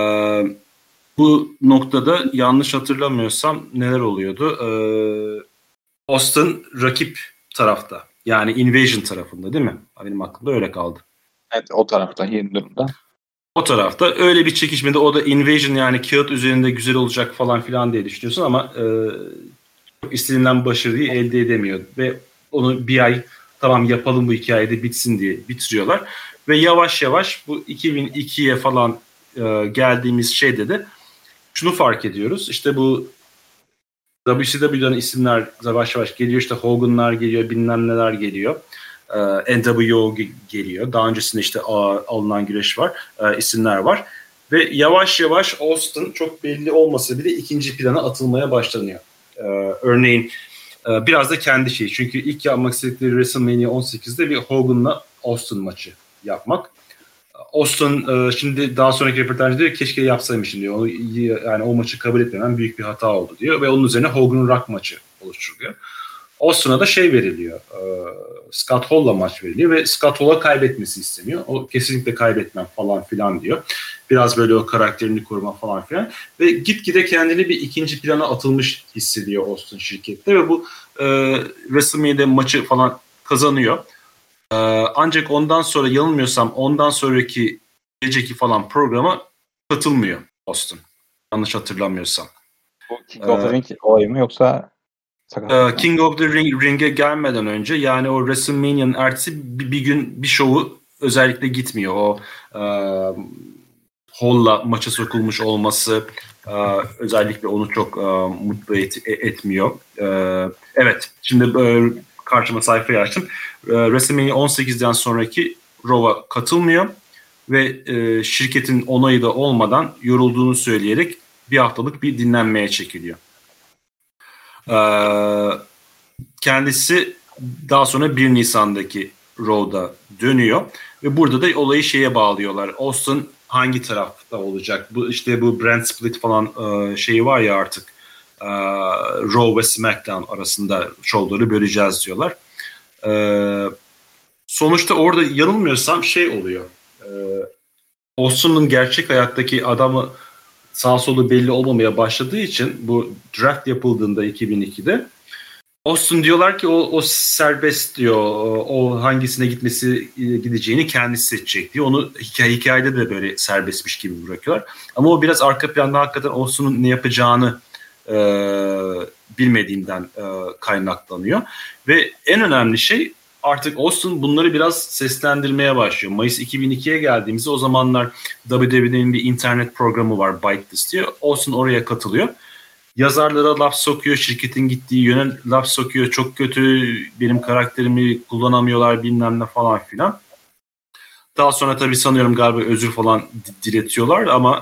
Speaker 2: bu noktada yanlış hatırlamıyorsam neler oluyordu? Austin rakip tarafta. Yani Invasion tarafında değil mi? Benim aklımda öyle kaldı.
Speaker 1: evet, o tarafta yeni durumda.
Speaker 2: O tarafta öyle bir çekişmede o da Invasion yani kağıt üzerinde güzel olacak falan filan diye düşünüyorsun ama istenilen başarıyı elde edemiyor ve onu bir ay tamam yapalım bu hikayede bitsin diye bitiriyorlar ve yavaş yavaş bu 2002'ye falan geldiğimiz şeyde de şunu fark ediyoruz işte bu WCW'dan isimler yavaş yavaş geliyor işte Hogan'lar geliyor bilmem neler geliyor. NWO geliyor. Daha öncesinde işte alınan güreş var. İsimler var. Ve yavaş yavaş Austin çok belli olmasa bile ikinci plana atılmaya başlanıyor. Örneğin biraz da kendi şeyi. Çünkü ilk yapmak istedikleri WrestleMania 18'de bir Hogan'la Austin maçı yapmak. Austin şimdi daha sonraki röportajda diyor keşke yapsaymışım diyor. Yani o maçı kabul etmemem büyük bir hata oldu diyor. Ve onun üzerine Hogan Rock maçı oluşturuluyor. Austin'a da şey veriliyor. Scott Hall'la maç veriliyor ve Scott Hall'a kaybetmesi isteniyor. O kesinlikle kaybetmem falan filan diyor. Biraz böyle o karakterini koruma falan filan. Ve gitgide kendini bir ikinci plana atılmış hissediyor Austin şirkette ve bu WrestleMania'da maçı falan kazanıyor. Ancak ondan sonra yanılmıyorsam ondan sonraki geceki falan programa katılmıyor Austin. Yanlış hatırlamıyorsam.
Speaker 1: Bu King of the Ring olayı mı yoksa
Speaker 2: King of the Ring'e gelmeden önce yani o WrestleMania'nın ertesi bir gün bir şovu özellikle gitmiyor. O Hall'la maça sokulmuş olması özellikle onu çok mutlu etmiyor. Evet, şimdi karşıma sayfayı açtım. WrestleMania 18'den sonraki Raw'a katılmıyor ve şirketin onayı da olmadan yorulduğunu söyleyerek bir haftalık bir dinlenmeye çekiliyor. Kendisi daha sonra 1 Nisan'daki Raw'da dönüyor ve burada da olayı şeye bağlıyorlar. Austin hangi tarafta olacak? Bu işte bu brand split falan şeyi var ya artık Raw ve SmackDown arasında şovları böleceğiz diyorlar. Sonuçta orada yanılmıyorsam şey oluyor. Austin'ın gerçek hayattaki adamı sağ solu belli olmamaya başladığı için bu draft yapıldığında 2002'de Austin diyorlar ki o serbest diyor. O hangisine gideceğini kendisi seçecek diyor. Onu hikayede de böyle serbestmiş gibi bırakıyorlar. Ama o biraz arka planda hakikaten Austin'un ne yapacağını bilmediğinden kaynaklanıyor. Ve en önemli şey artık Austin bunları biraz seslendirmeye başlıyor. Mayıs 2002'ye geldiğimizde o zamanlar WWE'nin bir internet programı var Bytelist diye. Austin oraya katılıyor. Yazarlara laf sokuyor, şirketin gittiği yöne laf sokuyor. Çok kötü, benim karakterimi kullanamıyorlar bilmem ne falan filan. Daha sonra tabii sanıyorum galiba özür falan diletiyorlar ama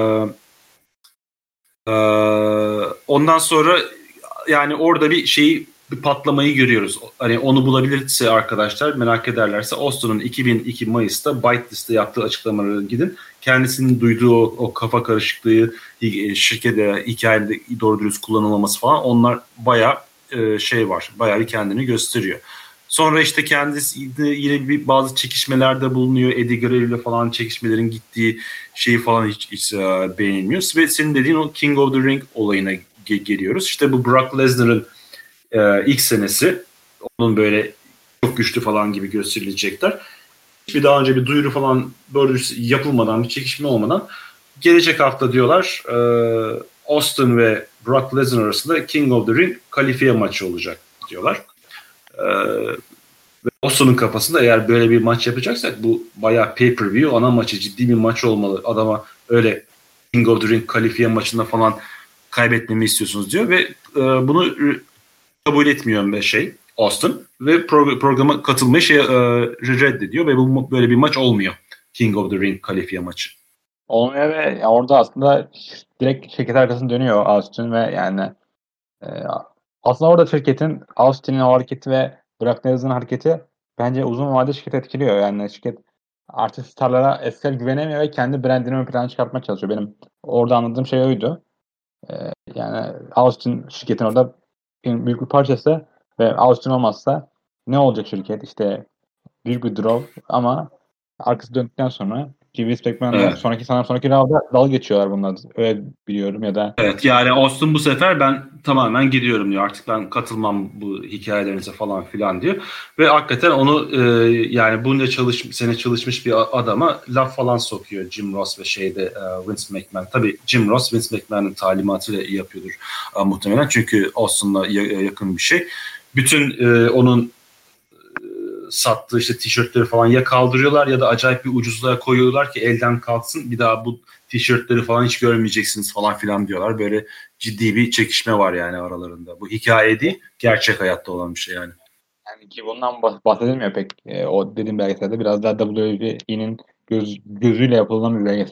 Speaker 2: ondan sonra yani orada bir patlamayı görüyoruz. Hani onu bulabilirse arkadaşlar merak ederlerse Austin'ın 2002 Mayıs'ta Bytelist'te yaptığı açıklamalara gidin. Kendisinin duyduğu o kafa karışıklığı, şirkette hikayede doğru dürüst kullanılmaması falan onlar bayağı şey var. Bayağı bir kendini gösteriyor. Sonra işte kendisi yine bazı çekişmelerde bulunuyor. Eddie Guerrero ile falan çekişmelerin gittiği şeyi falan hiç beğenilmiyor. Ve senin dediğin o King of the Ring olayına geliyoruz. İşte bu Brock Lesnar'ın ilk senesi. Onun böyle çok güçlü falan gibi gösterilecekler. Hiçbir daha önce bir duyuru falan böyle yapılmadan, bir çekişme olmadan gelecek hafta diyorlar Austin ve Brock Lesnar arasında King of the Ring kalifiye maçı olacak diyorlar. Ve Austin'un kafasında eğer böyle bir maç yapacaksak bu bayağı pay-per-view ana maçı ciddi bir maç olmalı. Adama öyle King of the Ring kalifiye maçında falan kaybetmemi istiyorsunuz diyor ve bunu kabul etmiyor Austin ve programa katılmayı reddediyor ve bu böyle bir maç olmuyor. King of the Ring kalifiye maçı.
Speaker 1: Olmuyor ve orada aslında direkt şirket arkasına dönüyor Austin ve yani aslında orada şirketin Austin'in o hareketi ve Brock Lesnar'ın hareketi bence uzun vadede şirket etkiliyor. Yani şirket artık starlara eskiden güvenemiyor ve kendi brandini ön plana çıkartmaya çalışıyor. Benim orada anladığım şey oydu. Yani Austin şirketin orada büyük bir parçası ve Austin olmazsa ne olacak şirket? İşte büyük bir draw ama arkası döndükten sonra Vince McMahon'la
Speaker 2: Evet.
Speaker 1: sonraki round'a dalga geçiyorlar bunlar. Öyle biliyorum ya da
Speaker 2: Evet yani Austin bu sefer ben tamamen gidiyorum diyor. Artık ben katılmam bu hikayelerinize falan filan diyor. Ve hakikaten onu yani bunca sene çalışmış bir adama laf falan sokuyor Jim Ross ve Vince McMahon. Tabii Jim Ross Vince McMahon'ın talimatıyla yapıyordur muhtemelen. Çünkü Austin'la yakın bir şey. Bütün onun sattığı işte tişörtleri falan ya kaldırıyorlar ya da acayip bir ucuzluğa koyuyorlar ki elden kalksın. Bir daha bu tişörtleri falan hiç görmeyeceksiniz falan filan diyorlar. Böyle ciddi bir çekişme var yani aralarında. Bu hikaye değil, gerçek hayatta olan bir şey yani.
Speaker 1: yani ki bundan bahsedilmiyor pek. O dediğim belgeselde biraz daha WWE'nin gözüyle yapılan bir belgesel.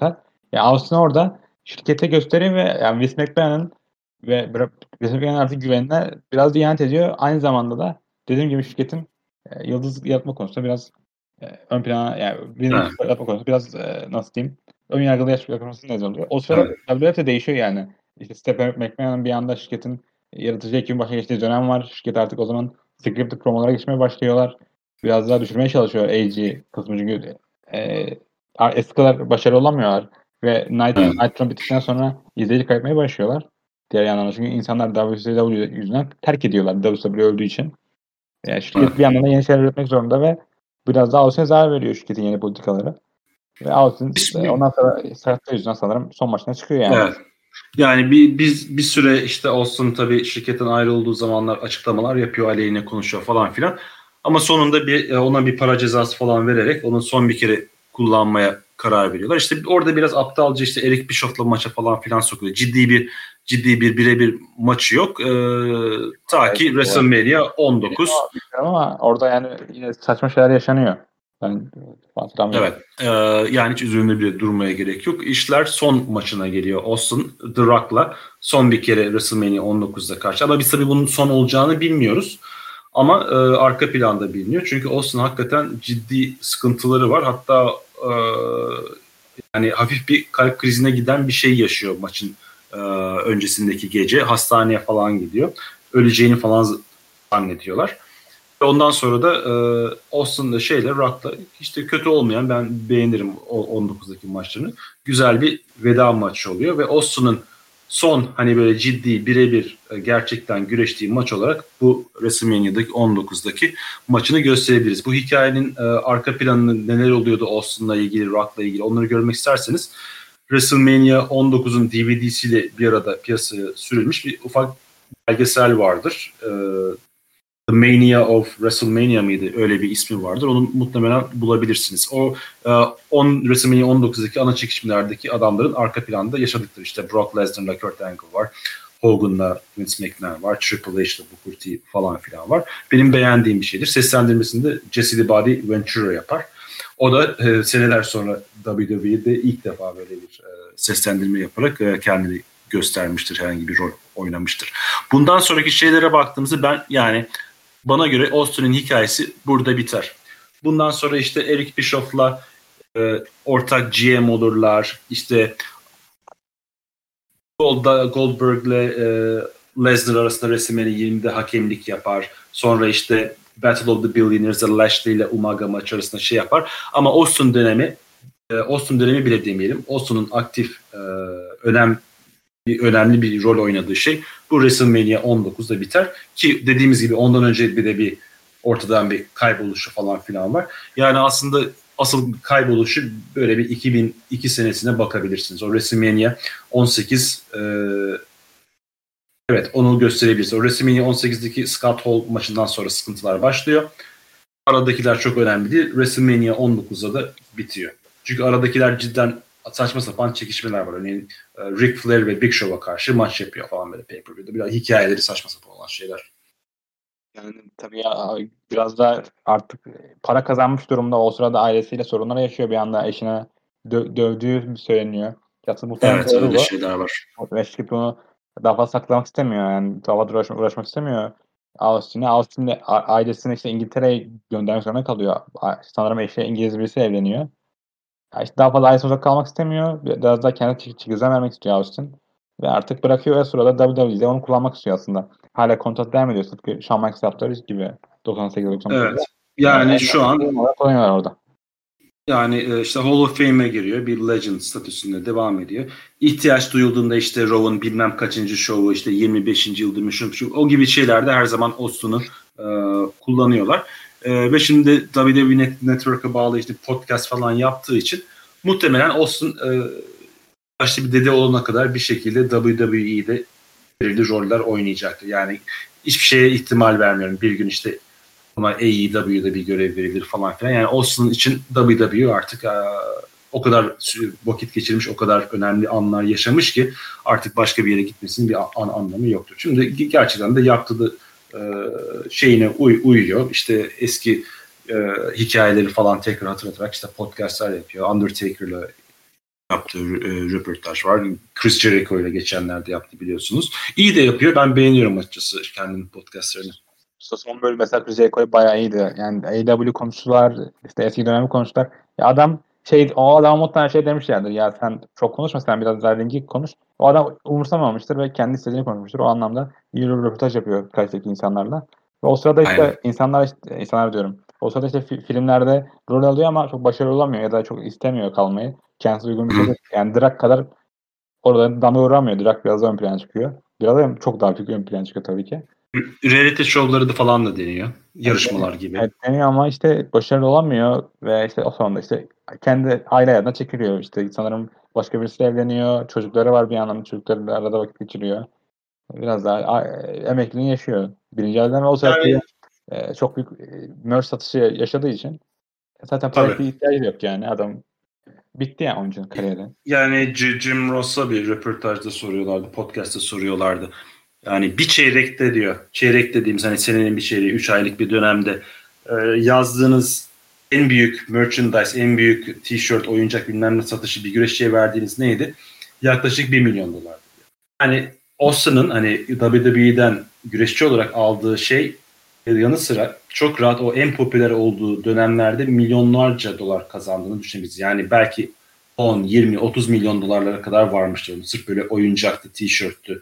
Speaker 1: Ya Austin orada şirkete gösteriyor ve yani Vince McMahon'ın ve Vince McMahon'ın artık güvenine biraz ihanet ediyor. Aynı zamanda da dediğim gibi şirketin yıldız yaratma konusunda biraz ön plana yani
Speaker 2: Evet.
Speaker 1: yaratma konusunda biraz nasıl diyeyim ön yargılı yaklaşmasını neden oluyor. O sırada
Speaker 2: Evet.
Speaker 1: WWF de değişiyor yani. İşte Stephanie McMahon'ın bir anda şirketin yaratıcı ekibin başına geçtiği dönem var. Şirket artık o zaman scripted promolara geçmeye başlıyorlar. Biraz daha düşürmeye çalışıyor AG kısmı çünkü eski kadar başarılı olamıyorlar. Ve
Speaker 2: Evet.
Speaker 1: Nitro bittikten sonra izleyici kaybetmeye başlıyorlar. Diğer yandan çünkü insanlar WCW yüzünden terk ediyorlar WWE öldüğü için. Yani
Speaker 2: Evet.
Speaker 1: şirket bir yandan da yeni şeyler üretmek zorunda ve biraz da Austin'e zarar veriyor şirketin yeni politikaları. Ve Austin ondan sonra sakatlığı yüzünden sanırım son maçına çıkıyor yani.
Speaker 2: Evet. Yani biz bir süre işte Austin tabii şirketten ayrıldığı zamanlar açıklamalar yapıyor, aleyhine konuşuyor falan filan. Ama sonunda ona bir para cezası falan vererek onu son bir kere kullanmaya karar veriyorlar. İşte orada biraz aptalca işte Eric Bischoff'la maça falan filan sokuyor. Ciddi bir birebir maçı yok. Ta ki WrestleMania 19.
Speaker 1: Ama orada yani yine saçma şeyler yaşanıyor. Ben hatırlamıyorum.
Speaker 2: Evet. Yani hiç üzerinde bile durmaya gerek yok. İşler son maçına geliyor. Austin The Rock'la son bir kere WrestleMania 19'da karşı. Ama biz tabii bunun son olacağını bilmiyoruz. Ama arka planda biliniyor. Çünkü Austin hakikaten ciddi sıkıntıları var. Hatta yani hafif bir kalp krizine giden bir şey yaşıyor maçın öncesindeki gece. Hastaneye falan gidiyor. Öleceğini falan zannediyorlar. Ondan sonra da Austin'da Rock'la işte kötü olmayan ben beğenirim o 19'daki maçlarını. Güzel bir veda maçı oluyor ve Austin'ın son hani böyle ciddi birebir gerçekten güreştiği maç olarak bu WrestleMania'daki 19'daki maçını gösterebiliriz. Bu hikayenin arka planında neler oluyordu Austin'la ilgili, Rock'la ilgili onları görmek isterseniz WrestleMania 19'un DVD'siyle bir arada piyasaya sürülmüş bir ufak belgesel vardır. The Mania of WrestleMania mıydı? Öyle bir ismi vardır. Onu muhtemelen bulabilirsiniz. O WrestleMania 19'daki ana çekişmelerdeki adamların arka planda yaşadıkları işte Brock Lesnar'la Kurt Angle var. Hogan'la Vince McMahon var. Triple H'la Booker T falan filan var. Benim beğendiğim bir şeydir. Seslendirmesini de Jesse the Body Ventura yapar. O da seneler sonra WWE'de ilk defa böyle bir seslendirme yaparak kendini göstermiştir. Herhangi bir rol oynamıştır. Bundan sonraki şeylere baktığımızda ben yani bana göre Austin'in hikayesi burada biter. Bundan sonra işte Eric Bischoff'la ortak GM olurlar. İşte Goldberg'le Lesnar arasında WrestleMania 20'de hakemlik yapar. Sonra işte Battle of the Billionaires'da Lashley ile Umaga maç arasında yapar. Ama Austin dönemi bile demeyelim. Austin'un aktif önemli bir rol oynadığı şey bu WrestleMania 19'da biter. Ki dediğimiz gibi ondan önce bir ortadan bir kayboluşu falan filan var. Yani aslında asıl kayboluşu böyle bir 2002 senesine bakabilirsiniz. O WrestleMania 18 evet onu gösterebiliriz. O WrestleMania 18'deki Scott Hall maçından sonra sıkıntılar başlıyor. Aradakiler çok önemli değil. WrestleMania 19'da da bitiyor. Çünkü aradakiler cidden saçma sapan çekişmeler var. Örneğin Ric Flair ve Big Show'a karşı maç yapıyor falan böyle pay-per-view'da. Biraz hikayeleri saçma sapan olan şeyler.
Speaker 1: Yani tabii ya biraz da artık para kazanmış durumda. O sırada ailesiyle sorunlar yaşıyor. Bir anda eşine dövdüğü söyleniyor. Aslında muhtemelen
Speaker 2: Evet
Speaker 1: doğru
Speaker 2: öyle
Speaker 1: bu.
Speaker 2: şeyler var.
Speaker 1: Ve şirket bunu daha fazla saklamak istemiyor. Yani daha fazla uğraşmak istemiyor. Austin'de ailesini işte İngiltere'ye göndermek zorunda kalıyor. Sanırım eşi İngiliz birisi evleniyor. Ya işte daha fazla ailesinden uzak kalmak istemiyor. Biraz daha kendi çekizden vermek istiyor Austin. Ve artık bırakıyor ve sırada WWE'de onu kullanmak istiyor aslında. Hala kontrat devam ediyor. Tıpkı Shawn Michaels yaptığı gibi 98-99'da.
Speaker 2: Evet. Yani
Speaker 1: Onlar
Speaker 2: şu an
Speaker 1: kullanıyorlar orada.
Speaker 2: yani işte Hall of Fame'e giriyor. Bir legend statüsünde devam ediyor. İhtiyaç duyulduğunda işte Raw'un bilmem kaçıncı şovu işte 25. yıl dönümü o gibi şeylerde her zaman Austin'u kullanıyorlar. Ve şimdi WWE Network'a bağlı işte podcast falan yaptığı için muhtemelen Austin başta bir dede olana kadar bir şekilde WWE'de belirli roller oynayacaktır. Yani hiçbir şeye ihtimal vermiyorum. Bir gün işte ama AEW'de bir görev verilir falan filan. Yani Austin için WWE artık o kadar vakit geçirmiş, o kadar önemli anlar yaşamış ki artık başka bir yere gitmesinin bir anlamı yoktur. Şimdi gerçekten de yaptığı şeyine uyuyor. İşte eski hikayeleri falan tekrar hatırlatarak işte podcastlar yapıyor. Undertaker'la yaptığı röportaj var. Chris Jericho ile geçenlerde yaptı biliyorsunuz. İyi de yapıyor. Ben beğeniyorum açıkçası kendinin podcastlarını.
Speaker 1: Son bölüm mesela Chris Jericho bayağı iyiydi. Yani AEW konuştular, işte eski dönemi konuştular. Ya adam o adam muhtemelen demişlerdir. Ya sen çok konuşma, sen biraz daha ringi konuş. O adam umursamamıştır ve kendi istediğini konuşmuştur. O anlamda iyi bir röportaj yapıyor karşıdaki insanlarla. Ve o sırada
Speaker 2: Aynen.
Speaker 1: insanlar diyorum. O sırada filmlerde rol alıyor ama çok başarılı olamıyor ya da çok istemiyor kalmayı. Kendisi uygun bir şey değil. Yani Drak kadar orada damga vuramıyor. Drak biraz daha ön plana çıkıyor. Biraz da çok daha büyük ön plana çıkıyor tabii ki.
Speaker 2: Reality şovları da falan da deniyor. Yarışmalar gibi.
Speaker 1: Evet, deniyor ama başarılı olamıyor ve o sonunda kendi aile hayatına çekiliyor. Sanırım başka birisiyle evleniyor. Çocukları var bir yandan. Çocuklarıyla arada vakit geçiriyor. Biraz daha emekliliğini yaşıyor. Birinci elden o sırada
Speaker 2: Yani
Speaker 1: çok büyük merch satışı yaşadığı için zaten para
Speaker 2: tabii.
Speaker 1: ihtiyacı yok yani. Adam bitti yani oyuncunun kariyeri.
Speaker 2: Yani Jim Ross'a bir röportajda soruyorlardı, podcast'ta soruyorlardı. Yani bir çeyrekte diyor, çeyrek dediğimiz hani senenin bir çeyreği, 3 aylık bir dönemde yazdığınız en büyük merchandise, en büyük t-shirt, oyuncak bilmem ne satışı bir güreşçiye verdiğiniz neydi? Yaklaşık $1 milyon diyor. Yani Austin'ın hani WWE'den güreşçi olarak aldığı şey yanı sıra çok rahat o en popüler olduğu dönemlerde milyonlarca dolar kazandığını düşünebiliriz. Yani belki 10, 20, 30 milyon dolarlara kadar varmıştır. Sırf böyle oyuncaktı, tişörttü.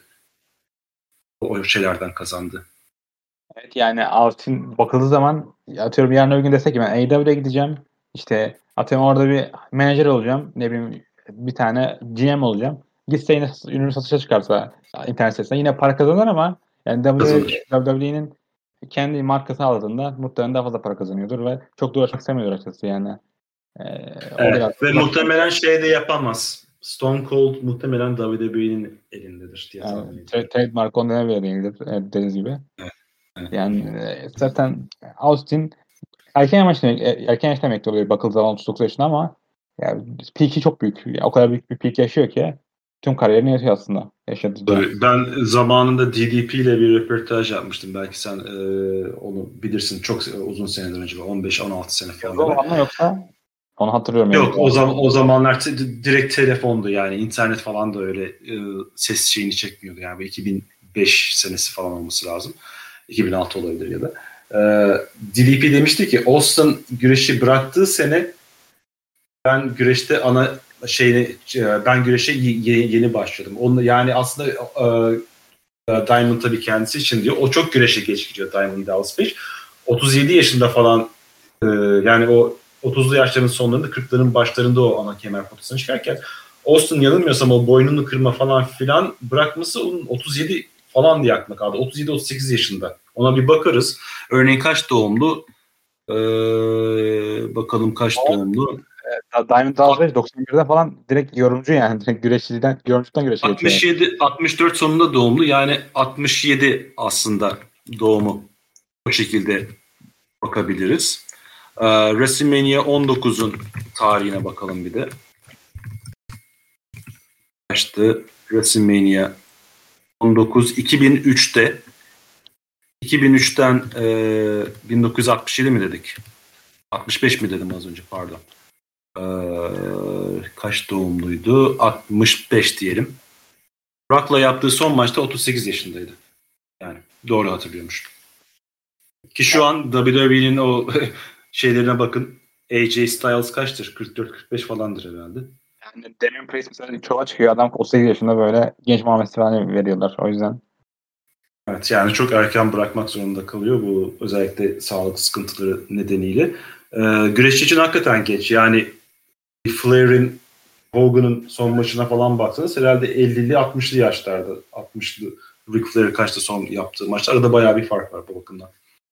Speaker 2: O şeylerden kazandı.
Speaker 1: Evet yani Austin bakıldığı zaman atıyorum yarın öbür gün desek ki ben AEW'ye gideceğim. Atıyorum orada bir menajer olacağım. Ne bileyim bir tane GM olacağım. Gitse yine ürünü satışa çıkarsa internet sitesinde yine para kazanır ama yani
Speaker 2: Kazanır.
Speaker 1: WWE'nin kendi markasını aldığında muhtemelen daha fazla para kazanıyordur ve çok da uğraşmak istemiyordur açıkçası yani. O biraz
Speaker 2: Evet. Ve muhtemelen şey de yapamaz. Stone Cold muhtemelen WWE'nin elindedir diye tahmin ediyorum.
Speaker 1: trademark ondan bile değildir dediğiniz gibi.
Speaker 2: Evet. Evet.
Speaker 1: Yani zaten Austin erken yaşta emekli oluyor bakıldığı zaman 39 yaşında ama yani peak'i çok büyük. Yani o kadar büyük bir peak yaşıyor ki tüm kariyerini yaşıyor aslında yaşadığı dönem.
Speaker 2: Tabii. Ben zamanında DDP ile bir röportaj yapmıştım. Belki sen onu bilirsin. Çok uzun seneler önce. 15-16 sene falan
Speaker 1: Yazılı
Speaker 2: evvel.
Speaker 1: olan mı yoksa onu hatırlıyorum
Speaker 2: Yok
Speaker 1: yazılı olan.
Speaker 2: o zamanlar direkt telefondu yani internet falan da öyle ses şeyini çekmiyordu yani bu 2005 senesi falan olması lazım. 2006 olabilir ya da. DDP demişti ki Austin güreşi bıraktığı sene ben güreşte ben güreşe yeni başladım. Onu yani aslında Diamond tabii kendisi için diyor. O çok güreşe geç gidiyor Diamond Dallas Page. 37 yaşında falan yani o 30'lu yaşların sonlarında 40'ların başlarında o ana kemer potasına çıkarken Austin yanılmıyorsam o boynunu kırma falan filan bırakması onun 37 falan diye aklına kaldı. 37-38 yaşında. Ona bir bakarız. Örneğin kaç doğumlu? Bakalım kaç doğumlu?
Speaker 1: Diamond Dallas 91'de falan direkt yorumcu yani. Direkt yorumcudan güreşe geçiyor.
Speaker 2: 64 sonunda doğumlu yani 67 aslında doğumu o şekilde bakabiliriz. WrestleMania 19'un tarihine bakalım bir de. Kaçtı? WrestleMania 19 2003'te 2003'ten 1967 mi dedik? 65 mi dedim az önce pardon. Kaç doğumluydu? 65 diyelim. Rock'la yaptığı son maçta 38 yaşındaydı. Yani doğru hatırlıyormuş. Ki şu an WWE'nin o şeylerine bakın. AJ Styles kaçtır? 44-45 falandır herhalde.
Speaker 1: Yani Damian Priest mesela çoğa çıkıyor. Adam 38 yaşında böyle genç muamelesi falan veriyorlar. O yüzden.
Speaker 2: Evet yani çok erken bırakmak zorunda kalıyor bu özellikle sağlık sıkıntıları nedeniyle. Güreşçi için hakikaten geç. Yani Flair'in Hogan'ın son maçına falan baksanız herhalde 50'li 60'lı yaşlarda. 60'lı Ric Flair kaçta son yaptığı maçta. Arada bayağı bir fark var bu bakımdan.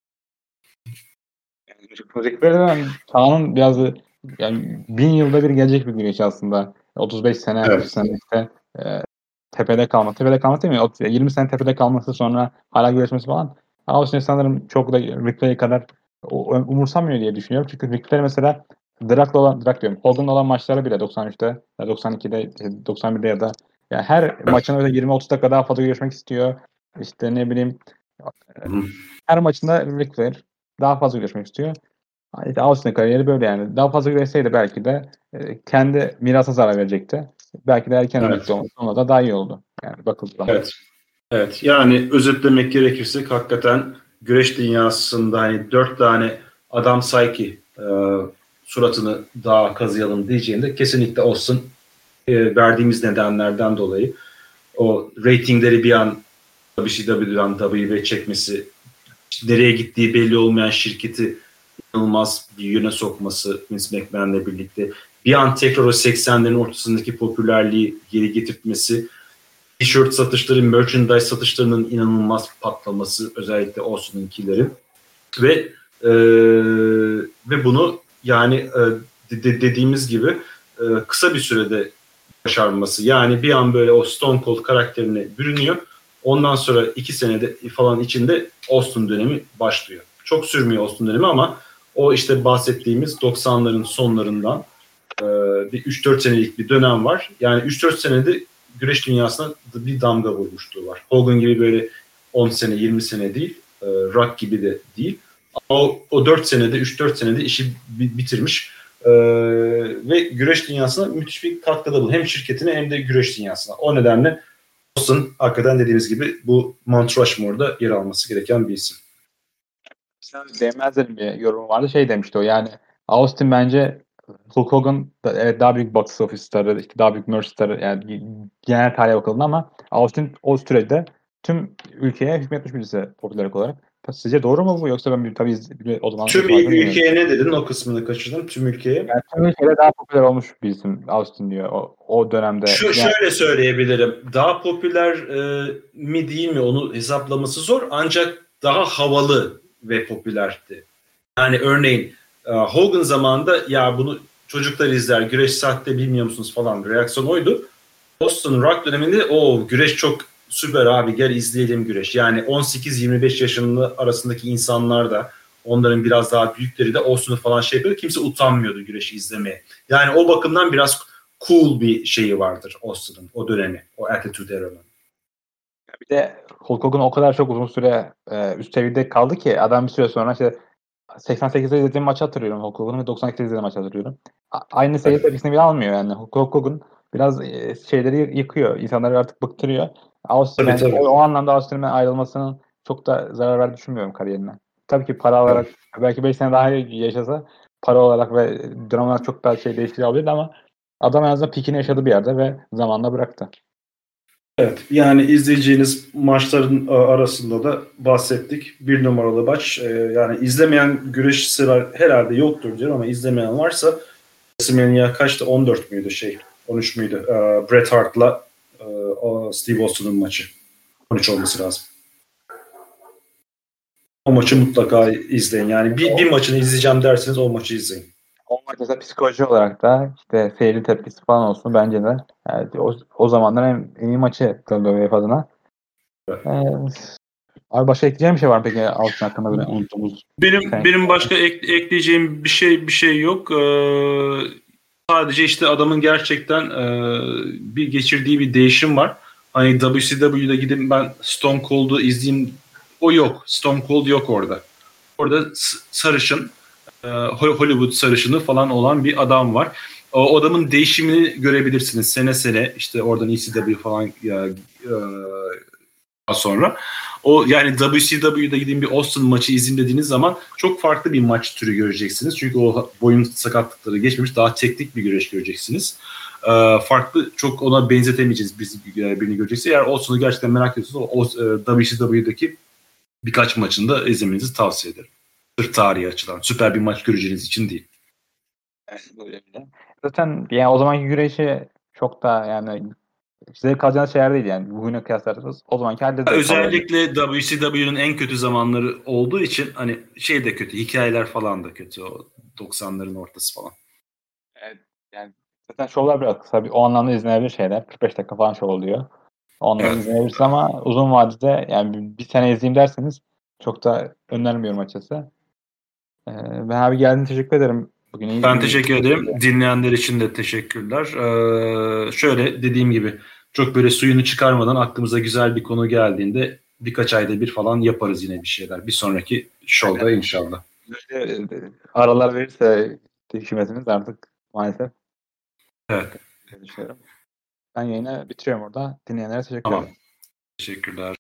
Speaker 1: Ric Flair'den Kaan'ın biraz yani 1000 yılda bir gelecek bir güreş aslında. 35 sene, 30
Speaker 2: Evet.
Speaker 1: sene tepede kalması. Tepede kalması değil mi? 20 sene tepede kalması sonra hala güreşmesi falan. Ama şimdi sanırım çok da Ric Flair kadar umursamıyor diye düşünüyorum. Çünkü Ric Flair mesela Drak diyorum. Hogan'la olan maçlara bile 93'te, 92'de, 91'de ya da yani her maçın öyle 20-30 dakika daha fazla görüşmek istiyor. İşte ne bileyim
Speaker 2: Hı.
Speaker 1: her maçında Ric Flair daha fazla görüşmek istiyor. İşte Austin'in kariyeri böyle yani. Daha fazla güreşseydi belki de kendi mirasına zarar verecekti. Belki de erken emekli
Speaker 2: Evet.
Speaker 1: olması ona da daha iyi oldu. Yani bakıldığı zaman.
Speaker 2: Evet. Evet. Yani özetlemek gerekirse hakikaten güreş dünyasında hani 4 tane adam say ki suratını daha kazıyalım diyeceğinde kesinlikle Austin verdiğimiz nedenlerden dolayı o ratingleri bir an WCW'dan WWE çekmesi, nereye gittiği belli olmayan şirketi inanılmaz bir yöne sokması Vince McMahon'la birlikte bir an tekrar o 80'lerin ortasındaki popülerliği geri getirtmesi, tişört satışları, merchandise satışlarının inanılmaz patlaması, özellikle Austin'inkilerin ve e, ve bunu yani dediğimiz gibi kısa bir sürede başarması. Yani bir an böyle o Stone Cold karakterine bürünüyor. Ondan sonra 2 senede falan içinde Austin dönemi başlıyor. Çok sürmüyor Austin dönemi ama o işte bahsettiğimiz 90'ların sonlarından bir 3-4 senelik bir dönem var. Yani 3-4 senede güreş dünyasına bir damga vurmuşluğu var. Hogan gibi böyle 10 sene 20 sene değil. Rock gibi de değil. O 4 senede 3-4 senede işi bitirmiş. Ve güreş dünyasına müthiş bir katkıda bulun. Hem şirketine hem de güreş dünyasına. O nedenle Austin hakikaten dediğimiz gibi bu Mount Rushmore'da yer alması gereken bir isim.
Speaker 1: Değmezlerin bir yorum vardı. Şey demişti o yani Austin bence Hulk Hogan evet, daha büyük box office starı, işte daha büyük merch starı yani genel tarihe bakıldığında ama Austin o sürede tüm ülkeye hükmetmiş birisi popülerlik olarak. Sizce doğru mu bu yoksa ben tabii o zaman
Speaker 2: Tüm
Speaker 1: informasyonu bilmiyorum.
Speaker 2: ülkeye ne dedin? O kısmını kaçırdım. Tüm ülkeye.
Speaker 1: Yani tüm ülkede daha popüler olmuş bir isim Austin diyor o dönemde. Yani
Speaker 2: Şöyle söyleyebilirim. Daha popüler mi değil mi onu hesaplaması zor. Ancak daha havalı ve popülerdi. Yani örneğin Hogan zamanında ya bunu çocuklar izler, güreş sahte bilmiyor musunuz falan reaksiyon oydu. Boston Rock döneminde o güreş çok süper abi gel izleyelim güreş. Yani 18-25 yaşında arasındaki insanlar da onların biraz daha büyükleri de Austin'u falan şey yapıyordu. Kimse utanmıyordu güreşi izlemeye. Yani o bakımdan biraz cool bir şeyi vardır Austin'ın o dönemi. O Attitude Era'nın.
Speaker 1: bir de Hulk Hogan o kadar çok uzun süre üst seviyede kaldı ki adam bir süre sonra işte 88'de izlediğim maçı hatırlıyorum Hulk Hogan'ı ve 92'de izlediğim maçı hatırlıyorum. Aynı seyir
Speaker 2: Evet.
Speaker 1: tepkisini bile almıyor yani. Hulk Hogan biraz şeyleri yıkıyor. İnsanları artık bıktırıyor. Austin
Speaker 2: Tabii
Speaker 1: ben
Speaker 2: tabii.
Speaker 1: o anlamda Austin'in ayrılmasının çok da zarar verdiğini düşünmüyorum kariyerine. Tabii ki para
Speaker 2: Evet.
Speaker 1: olarak belki 5 sene daha yaşasa para olarak ve dönem olarak çok daha şey değişikliği olabilirdi ama adam en azından pikini yaşadı bir yerde ve zamanla bıraktı.
Speaker 2: Evet, yani izleyeceğiniz maçların arasında da bahsettik. Bir numaralı maç. Yani izlemeyen güreşçiler herhalde yoktur diyorum ama izlemeyen varsa WrestleMania kaçtı? 14 müydü şey? 13 müydü? Bret Hart'la Steve Austin'ın maçı. 13 olması lazım. O maçı mutlaka izleyin. Yani bir maçını izleyeceğim derseniz o maçı izleyin.
Speaker 1: O maç mesela psikoloji olarak da işte seyirci tepkisi falan olsun bence de. Yani o zamanlar en iyi maçı WWE adına.
Speaker 2: Evet.
Speaker 1: Abi başka ekleyeceğim bir şey var mı peki Austin hakkında böyle unuttuğumuz?
Speaker 2: Benim başka ekleyeceğim bir şey yok. Sadece işte adamın gerçekten bir geçirdiği bir değişim var. Hani WCW'de gidip ben Stone Cold'u izleyeyim. O yok. Stone Cold yok orada. Orada sarışın, Hollywood sarışını falan olan bir adam var. O adamın değişimini görebilirsiniz sene sene. İşte oradan ECW falan sonra. O yani WCW'da gidin bir Austin maçı izin dediğiniz zaman çok farklı bir maç türü göreceksiniz. Çünkü o boyun sakatlıkları geçmemiş daha teknik bir güreş göreceksiniz. Farklı çok ona benzetemeyeceğiz birini göreceksiniz. Eğer Austin'u gerçekten merak ediyorsanız o WCW'daki birkaç maçında izlemenizi tavsiye ederim. Sırf tarihi açıdan. Süper bir maç göreceğiniz için değil.
Speaker 1: Evet, böyle bile. Zaten yani o zamanki güreşi çok da yani zevk alacağınız şeyler değil yani. Bugüne kıyaslarsanız o zamanki halde zevk alıyordu.
Speaker 2: Özellikle WCW'nun en kötü zamanları olduğu için hani şey de kötü, hikayeler falan da kötü o 90'ların ortası falan.
Speaker 1: Evet, yani zaten şovlar biraz kısa. O anlamda izlenebilir şeyler. 45 dakika falan şov oluyor. Onları
Speaker 2: Evet.
Speaker 1: izleyebilirsiniz ama uzun vadede yani bir sene izleyeyim derseniz çok da önermiyorum açıkçası. Ben abi geldiğin teşekkür ederim. Bugün
Speaker 2: Ben
Speaker 1: iyi
Speaker 2: teşekkür ederim. Dinleyenler için de teşekkürler. Şöyle dediğim gibi çok böyle suyunu çıkarmadan aklımıza güzel bir konu geldiğinde birkaç ayda bir falan yaparız yine bir şeyler. Bir sonraki şovda inşallah.
Speaker 1: Böyle aralar verirse hükümetimiz artık maalesef
Speaker 2: Evet.
Speaker 1: diye düşünüyorum. Ben yayını bitiriyorum orada. Dinleyenlere teşekkür
Speaker 2: Tamam.
Speaker 1: ederim.
Speaker 2: Teşekkürler.